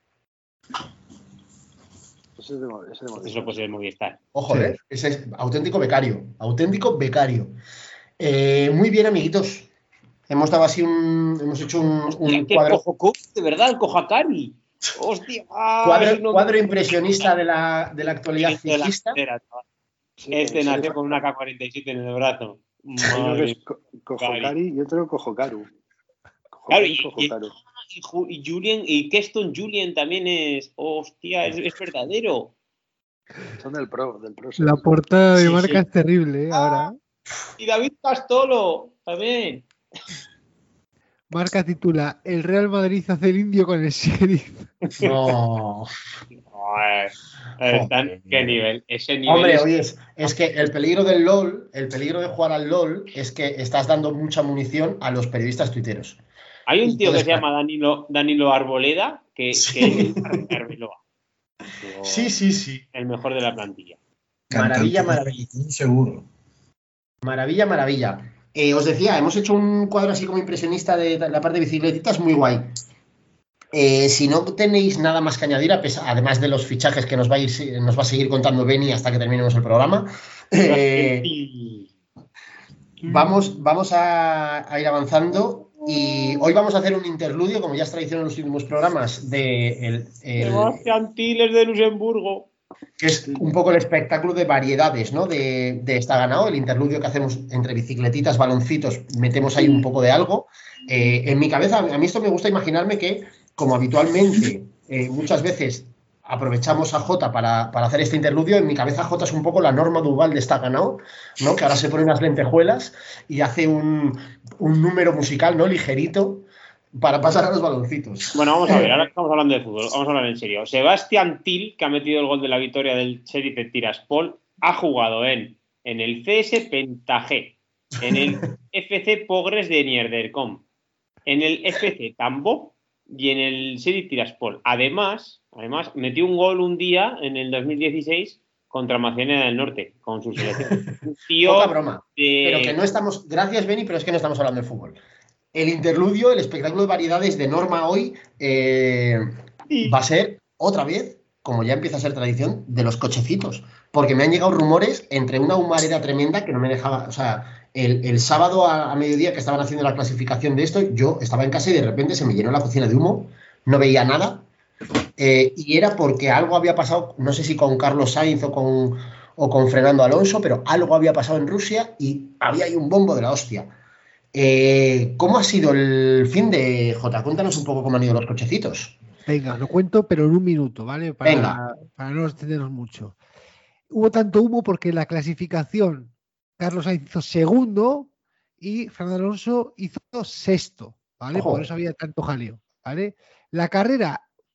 Ese es de, Mo- ese de Movistar. Eso puede ser Movistar. ojo, Sí. ¿eh? Ese es auténtico becario, auténtico becario. Eh, muy bien, amiguitos. Hemos dado así un, hemos hecho un, Hostia, un qué cuadro, cojo, cojo, de verdad, el Cojakari. Hostia. cuadro, no- cuadro impresionista de la, de la actualidad Este de la ciclista. bandera, chaval. Sí, Este ese nació de- con una K cuarenta y siete en el brazo. Hay uno que Madre es Co- Kojokari y otro Kojokaru. Claro, Kojokari y- y Kojokaru. y, Ju- y Julien y Keston Julien también es. Hostia, es, es verdadero. Son del Pro, del Pro. sí. La portada de Sí, marca sí. es terrible, ¿eh? Ahora. Y David Castolo también. Marca titula El Real Madrid hace el indio con el Sheriff. No. Joder, están- ¿Qué nivel? Ese nivel Hombre, es- oye, es, es que el peligro del LOL, el peligro de jugar al LOL es que estás dando mucha munición a los periodistas tuiteros. Hay un tío que se Entonces, llama Danilo, Danilo Arboleda que, Sí. que es Arbeloa. Digo, Sí, sí, sí. el mejor de la plantilla. Maravilla, Cantante maravilla. de seguro. Maravilla, maravilla. Eh, os decía, hemos hecho un cuadro así como impresionista de la parte de bicicletitas, muy guay. Eh, si no tenéis nada más que añadir, a pesar- además de los fichajes que nos va a, ir, nos va a seguir contando Beni hasta que terminemos el programa, eh, Y- vamos, vamos a, a ir avanzando y hoy vamos a hacer un interludio, como ya es tradición en los últimos programas, de el- el- Sebastián Tiles de Luxemburgo. que es un poco el espectáculo de variedades, ¿no? De, de Está Ganado, el interludio que hacemos entre bicicletitas, baloncitos, metemos ahí un poco de algo. Eh, en mi cabeza, a mí esto me gusta imaginarme que, como habitualmente, eh, muchas veces aprovechamos a Jota para, para hacer este interludio, en mi cabeza Jota es un poco la Norma Duval de Está Ganado, ¿no? Que ahora se pone unas lentejuelas y hace un, un número musical, ¿no? Ligerito, para pasar a los baloncitos. Bueno, vamos a ver, ahora que estamos hablando de fútbol, vamos a hablar en serio. Sebastián Til, que ha metido el gol de la victoria del Sheriff de Tiraspol, ha jugado en, en el C S Pentagé, en el F C Pogres de Niedercom, en el F C Tambo y en el Sheriff Tiraspol. Además, además, metió un gol un día en el dos mil dieciséis contra Macedonia del Norte, con su selección. Un tío Poca broma. de- Pero que no estamos, gracias Beni, pero es que no estamos hablando de fútbol. El interludio, el espectáculo de variedades de Norma hoy eh, va a ser otra vez, como ya empieza a ser tradición, de los cochecitos. Porque me han llegado rumores entre una humareda tremenda que no me dejaba, o sea, el, el sábado a, a mediodía que estaban haciendo la clasificación de esto, yo estaba en casa y de repente se me llenó la cocina de humo, no veía nada. Eh, y era porque algo había pasado, no sé si con Carlos Sainz o con, o con Fernando Alonso, pero algo había pasado en Rusia y había ahí un bombo de la hostia. Eh, ¿Cómo ha sido el fin de Jota? Cuéntanos un poco cómo han ido los cochecitos. Venga, os lo cuento, pero en un minuto, ¿vale? Para, Venga. para no extendernos mucho. Hubo tanto humo porque en la clasificación Carlos Sainz hizo segundo y Fernando Alonso hizo sexto, ¿vale? Ojo. Por eso había tanto jaleo, ¿vale? La carrera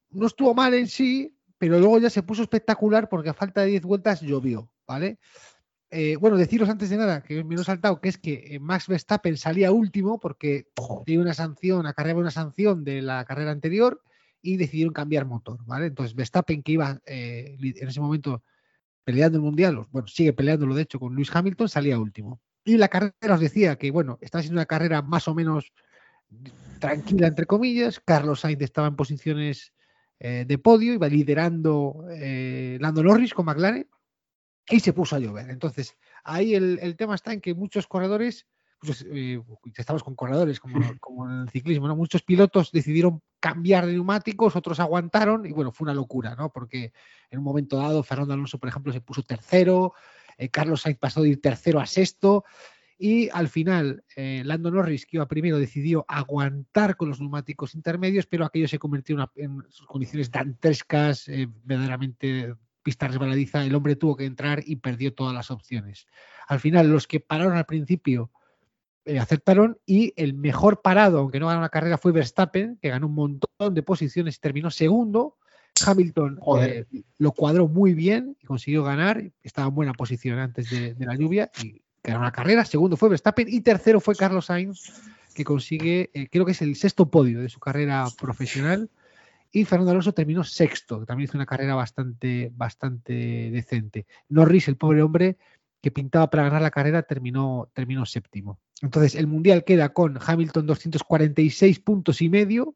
no estuvo mal en sí, pero luego ya se puso espectacular porque a falta de diez vueltas llovió, ¿vale? Eh, bueno, deciros antes de nada, que me lo he saltado, que es que Max Verstappen salía último porque tenía una sanción, acarreaba una sanción de la carrera anterior y decidieron cambiar motor, ¿vale? Entonces Verstappen, que iba eh, en ese momento peleando el Mundial, bueno, sigue peleándolo de hecho con Lewis Hamilton, salía último. Y la carrera os decía que, bueno, estaba siendo una carrera más o menos tranquila, entre comillas. Carlos Sainz estaba en posiciones eh, de podio, iba liderando eh, Lando Norris con McLaren y se puso a llover. Entonces, ahí el, el tema está en que muchos corredores, pues, eh, estamos con corredores como, como en el ciclismo, ¿no? Muchos pilotos decidieron cambiar de neumáticos, otros aguantaron y bueno, fue una locura, ¿no? Porque en un momento dado Fernando Alonso, por ejemplo, se puso tercero, eh, Carlos Sainz pasó de ir tercero a sexto y al final eh, Lando Norris, que iba primero, decidió aguantar con los neumáticos intermedios, pero aquello se convirtió en, una, en condiciones dantescas, eh, verdaderamente pista resbaladiza. El hombre tuvo que entrar y perdió todas las opciones. Al final, los que pararon al principio eh, aceptaron y el mejor parado, aunque no ganó la carrera, fue Verstappen, que ganó un montón de posiciones y terminó segundo. Hamilton eh, lo cuadró muy bien y consiguió ganar, estaba en buena posición antes de, de la lluvia y ganó la carrera. Segundo fue Verstappen y tercero fue Carlos Sainz, que consigue, eh, creo que es el sexto podio de su carrera profesional. Y Fernando Alonso terminó sexto, que también hizo una carrera bastante, bastante decente. Norris, el pobre hombre que pintaba para ganar la carrera, terminó, terminó séptimo. Entonces, el Mundial queda con Hamilton doscientos cuarenta y seis puntos y medio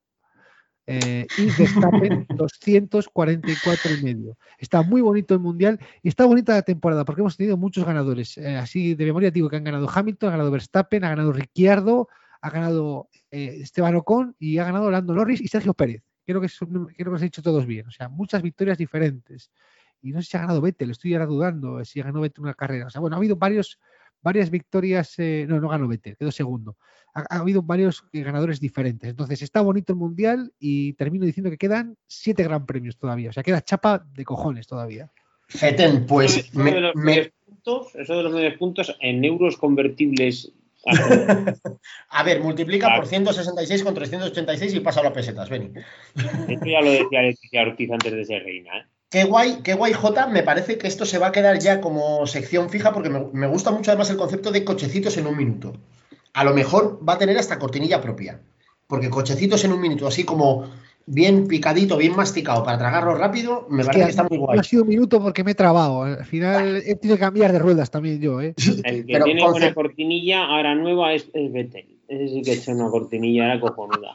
eh, y Verstappen doscientos cuarenta y cuatro y medio. Está muy bonito el Mundial y está bonita la temporada porque hemos tenido muchos ganadores. Eh, así de memoria digo que han ganado Hamilton, ha ganado Verstappen, ha ganado Ricciardo, ha ganado eh, Esteban Ocon y ha ganado Lando Norris y Sergio Pérez. Creo que, son, creo que los he hecho todos bien. O sea, muchas victorias diferentes. Y no sé si ha ganado Vettel, estoy ahora dudando si ha ganado Vettel una carrera. O sea, bueno, ha habido varios, varias victorias. Eh, no, no ganó Vettel, quedó segundo. Ha, ha habido varios ganadores diferentes. Entonces, está bonito el Mundial y termino diciendo que quedan siete gran premios todavía. O sea, queda chapa de cojones todavía. Feten, pues. Eso me, de los me... medios puntos, eso de los medios puntos en euros convertibles. A ver, multiplica claro. por ciento sesenta y seis con trescientos ochenta y seis y pasa a las pesetas, Beni. Esto ya lo decía Leticia Ortiz antes de ser reina, ¿eh? Qué guay, qué guay, Jota. Me parece que esto se va a quedar ya como sección fija porque me, me gusta mucho además el concepto de cochecitos en un minuto. A lo mejor va a tener hasta cortinilla propia. Porque cochecitos en un minuto, así como bien picadito, bien masticado para tragarlo rápido, me parece que, que está muy guay. No ha sido un minuto porque me he trabado. Al final he tenido que cambiar de ruedas también yo, ¿eh? El que Pero tiene concept... buena cortinilla, ahora nueva, es, es Vettel. Ese sí que ha hecho una cortinilla, era cojonuda.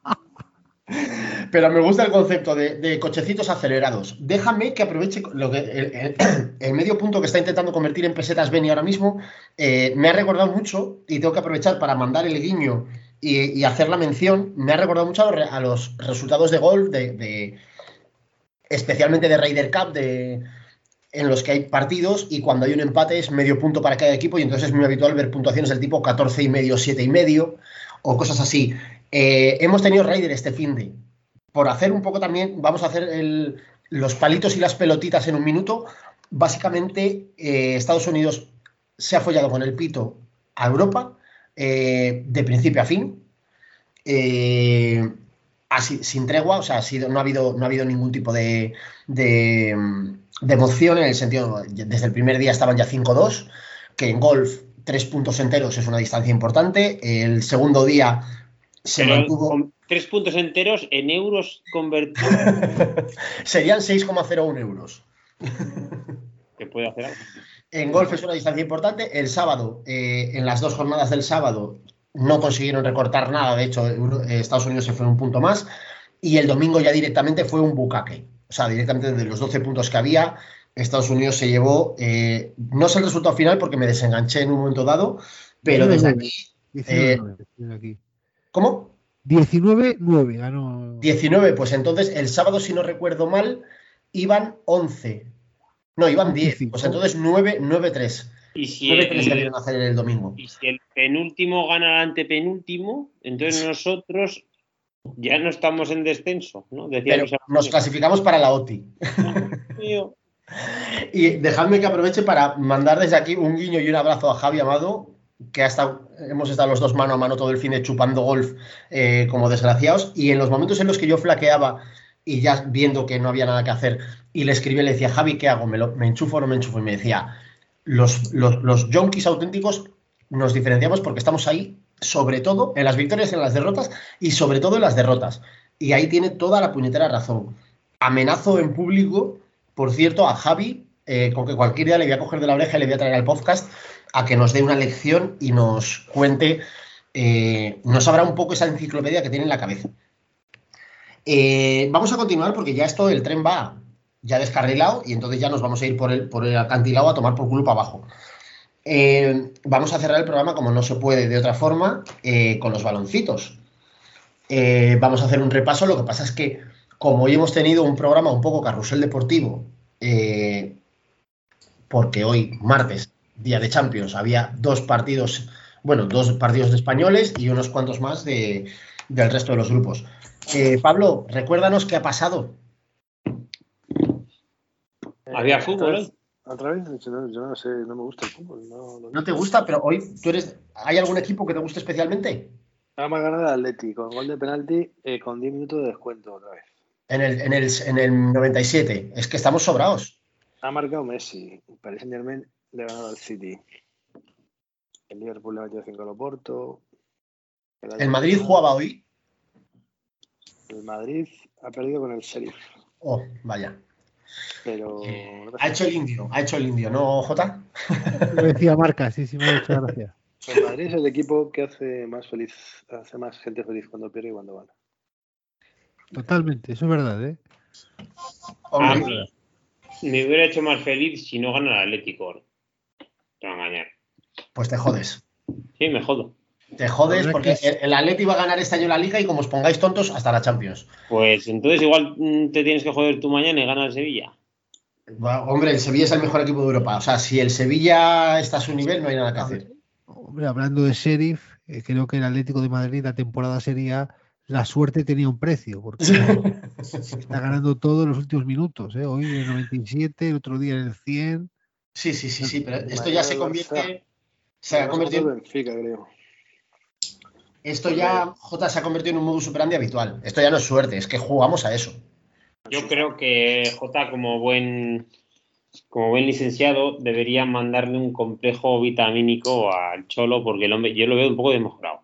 Pero me gusta el concepto de, de cochecitos acelerados. Déjame que aproveche lo que el, el, el medio punto que está intentando convertir en pesetas Beni ahora mismo. Eh, me ha recordado mucho, y tengo que aprovechar para mandar el guiño y, y hacer la mención. Me ha recordado mucho a los, a los resultados de golf, de, de, especialmente de Ryder Cup, de, en los que hay partidos y cuando hay un empate es medio punto para cada equipo y entonces es muy habitual ver puntuaciones del tipo catorce y medio, siete y medio o cosas así. Eh, hemos tenido Ryder este finde. Por hacer un poco también, vamos a hacer el, los palitos y las pelotitas en un minuto. Básicamente, eh, Estados Unidos se ha follado con el pito a Europa eh, de principio a fin. Eh, así, sin tregua, o sea, ha sido, no, ha habido, no ha habido ningún tipo de, de, de emoción en el sentido, desde el primer día estaban ya cinco dos, que en golf tres puntos enteros es una distancia importante. El segundo día se Pero mantuvo... Con tres puntos enteros en euros convertidos. Serían seis coma cero uno euros. ¿Qué puede hacer algo? En golf es una distancia importante. El sábado, eh, en las dos jornadas del sábado, no consiguieron recortar nada. De hecho, Estados Unidos se fue un punto más. Y el domingo ya directamente fue un bucaque. O sea, directamente de los doce puntos que había, Estados Unidos se llevó... Eh, no sé el resultado final porque me desenganché en un momento dado, pero desde aquí... Eh, aquí. ¿Cómo? diecinueve nueve ganó. diecinueve, pues entonces el sábado, si no recuerdo mal, iban once. No, iban diez. Pues entonces nueve tres. Y si nueve tres el, debieron hacer el domingo. Y si el penúltimo gana al antepenúltimo, entonces nosotros ya no estamos en descenso, ¿no? Decía Pero nos clasificamos para la O T I. No, y dejadme que aproveche para mandar desde aquí un guiño y un abrazo a Javi Amado, que ha estado, hemos estado los dos mano a mano todo el fin de chupando golf eh, como desgraciados, y en los momentos en los que yo flaqueaba y ya viendo que no había nada que hacer, y le escribí, le decía, Javi, ¿qué hago? ¿Me, lo, me enchufo o no me enchufo? Y me decía, los, los, los yonkis auténticos nos diferenciamos porque estamos ahí, sobre todo en las victorias y en las derrotas, y sobre todo en las derrotas. Y ahí tiene toda la puñetera razón. Amenazo en público, por cierto, a Javi, eh, con que cualquier día le voy a coger de la oreja y le voy a traer al podcast a que nos dé una lección y nos cuente, eh, nos abra un poco esa enciclopedia que tiene en la cabeza. Eh, vamos a continuar porque ya esto, el tren va ya descarrilado y entonces ya nos vamos a ir por el, por el acantilado a tomar por culo para abajo. Eh, vamos a cerrar el programa como no se puede de otra forma, eh, con los baloncitos. Eh, vamos a hacer un repaso, lo que pasa es que como hoy hemos tenido un programa un poco carrusel deportivo, eh, porque hoy, martes, día de Champions, había dos partidos, bueno, dos partidos de españoles y unos cuantos más de, del resto de los grupos. Eh, Pablo, recuérdanos qué ha pasado. Había fútbol hoy. ¿Otra vez? Yo no, yo no sé, no me gusta el fútbol. No, no, ¿No te gusta? Pero hoy, ¿tú eres, ¿hay algún equipo que te guste especialmente? Vamos a ganar el Atleti con gol de penalti eh, con diez minutos de descuento otra vez. En el, en, el, en el noventa y siete. Es que estamos sobrados. Ha marcado Messi. Paris Saint-Germain le ha ganado al City. El Liverpool le ha metido cinco al Oporto. El, ¿El Madrid jugaba hoy? El Madrid ha perdido con el Sheriff. Oh, vaya. Pero no ha hecho el indio, ha hecho el indio, ¿no, Jota? Lo decía Marca, sí, sí, me ha hecho gracia. El Madrid es el equipo que hace más feliz, hace más gente feliz cuando pierde y cuando gana. Totalmente, eso es verdad, ¿eh? A mí me hubiera hecho más feliz si no gana el Atlético. Te va a engañar. Pues te jodes. Sí, me jodo. Te jodes porque es... el Atleti va a ganar este año la Liga y como os pongáis tontos, hasta la Champions. Pues entonces igual te tienes que joder tú mañana y gana el Sevilla. Bueno, hombre, el Sevilla es el mejor equipo de Europa. O sea, si el Sevilla está a su nivel, no hay nada que hacer. Hombre, hablando de Sheriff, eh, creo que el Atlético de Madrid la temporada sería la suerte tenía un precio, porque está ganando todo en los últimos minutos. ¿eh? Hoy en el noventa y siete, el otro día en el cien. Sí, sí, sí, sí, pero esto ya se convierte... Se ha convertido... Benfica, creo. Esto ya, Jota, se ha convertido en un modus operandi habitual. Esto ya no es suerte, es que jugamos a eso. Yo creo que Jota, como buen como buen licenciado, debería mandarle un complejo vitamínico al Cholo, porque el hombre, yo lo veo un poco desmejorado.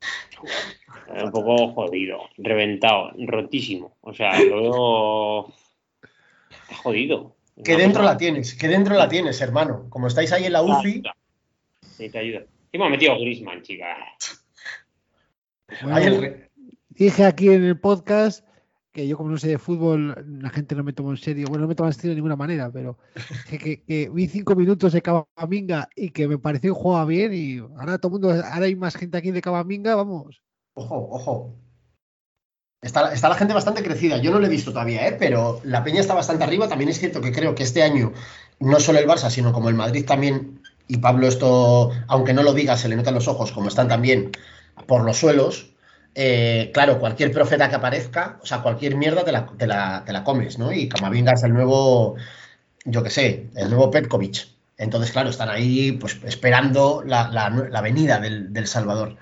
Un poco jodido, reventado, rotísimo. O sea, lo veo jodido. Que dentro la tienes, que dentro la tienes, hermano. Como estáis ahí en la U C I... Sí, te ayuda. ¿Qué me ha metido Griezmann, chica? Bueno, el... Dije aquí en el podcast que yo como no sé de fútbol, la gente no me toma en serio. Bueno, no me toma en serio de ninguna manera, pero que, que, que vi cinco minutos de Camavinga y que me pareció que jugaba bien y ahora todo el mundo, ahora hay más gente aquí de Camavinga, vamos. Ojo, ojo. Está, está la gente bastante crecida. Yo no lo he visto todavía, ¿eh? Pero la peña está bastante arriba. También es cierto que creo que este año, no solo el Barça, sino como el Madrid también, y Pablo esto, aunque no lo diga, se le notan los ojos, como están también por los suelos. Eh, claro, cualquier profeta que aparezca, o sea, cualquier mierda te la, te la, te la comes, ¿no? Y Camavinga es el nuevo, yo qué sé, el nuevo Petkovic. Entonces, claro, están ahí pues esperando la, la, la venida del, del Salvador.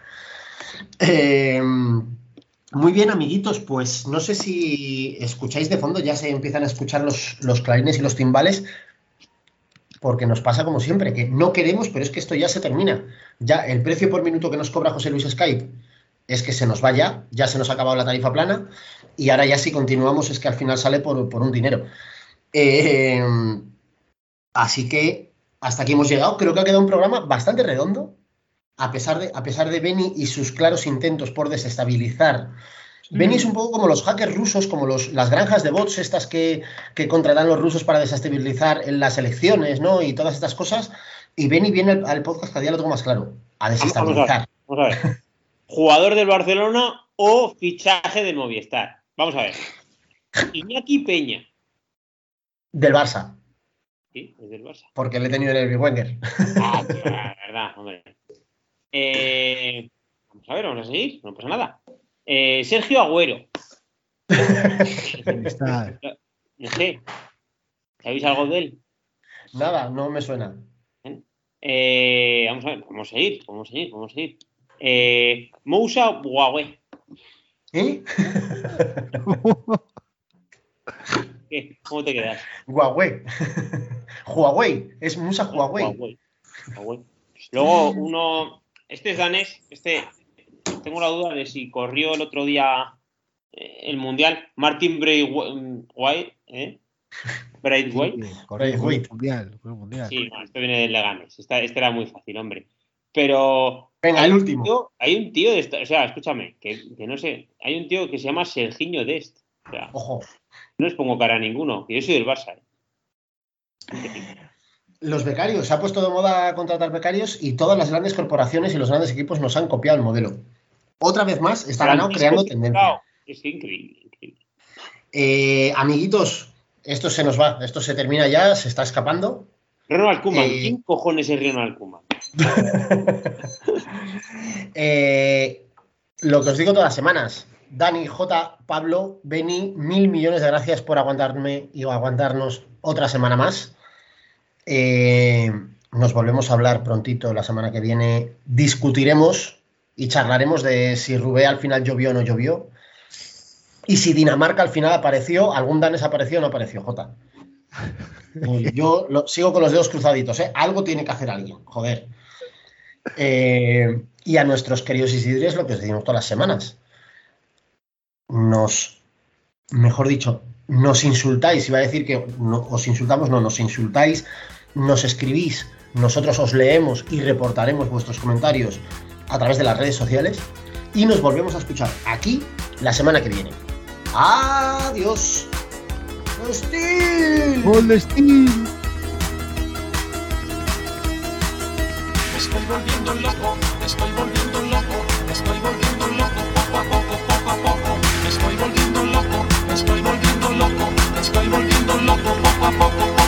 Eh, muy bien, amiguitos, pues no sé si escucháis de fondo, ya se empiezan a escuchar los, los clarines y los timbales, porque nos pasa como siempre, que no queremos, pero es que esto ya se termina. Ya el precio por minuto que nos cobra José Luis Skype es que se nos va ya, ya se nos ha acabado la tarifa plana y ahora ya si continuamos es que al final sale por, por un dinero. Eh, así que hasta aquí hemos llegado. Creo que ha quedado un programa bastante redondo, a pesar de, a pesar de Beni y sus claros intentos por desestabilizar. Sí. Beni es un poco como los hackers rusos, como los, las granjas de bots estas que, que contratan los rusos para desestabilizar en las elecciones, ¿no? Y todas estas cosas. Y Beni viene al, al podcast, cada día lo tengo más claro, a desestabilizar. Vamos a ver. Vamos a ver. ¿Jugador del Barcelona o fichaje del Movistar? Vamos a ver. Iñaki Peña. Del Barça. Sí, es del Barça. Porque le he tenido en el Big Wenger. Ah, la verdad, hombre. Eh, vamos a ver, vamos a seguir. No pasa nada. Eh, Sergio Agüero. Está. No sé. ¿Sabéis algo de él? Nada, no me suena. Eh, vamos a ver, vamos a seguir, vamos a seguir, vamos a seguir. Eh, Moussa Bouaoué. ¿Eh? ¿Qué? ¿Cómo te quedas? Huawei. Huawei. Es Musa Huawei. Huawei. Huawei. Luego uno... Este es danés. Este... Tengo la duda de si corrió el otro día el Mundial. Martin Braithwaite, ¿eh? Braithwaite. Sí, correcto, el mundial, el mundial. Sí, no, esto viene del Leganés. Este, este era muy fácil, hombre. Pero... Venga, el último. Tío, hay un tío de esta, o sea, escúchame, que, que no sé, hay un tío que se llama Sergiño Dest. O sea, Ojo. no les pongo cara a ninguno, que yo soy del Barça. ¿eh? Los becarios, se ha puesto de moda contratar becarios y todas las grandes corporaciones y los grandes equipos nos han copiado el modelo. Otra vez más, está ganado creando tendencia. Es increíble, increíble. Eh, amiguitos, esto se nos va, esto se termina ya, se está escapando. Ronald Koeman, Eh, ¿quién cojones es Ronald Koeman? eh, lo que os digo todas las semanas, Dani, J, Pablo, Beni, mil millones de gracias por aguantarme y aguantarnos otra semana más. Eh, nos volvemos a hablar prontito la semana que viene. Discutiremos y charlaremos de si Rubé al final llovió o no llovió. Y si Dinamarca al final apareció, algún danés apareció o no apareció, J. Yo lo, sigo con los dedos cruzaditos, ¿eh? Algo tiene que hacer alguien, joder. Eh, y a nuestros queridos Isidres lo que os decimos todas las semanas. Nos, mejor dicho, nos insultáis, iba a decir que no, os insultamos, no, nos insultáis, nos escribís, nosotros os leemos y reportaremos vuestros comentarios a través de las redes sociales y nos volvemos a escuchar aquí la semana que viene. ¡Adiós! ¡Steel! ¡Gol de Steel! Me estoy volviendo loco, me estoy volviendo loco, me estoy volviendo loco, poco a poco, poco a poco. Me estoy volviendo loco, me estoy volviendo loco, me estoy volviendo loco, poco a poco.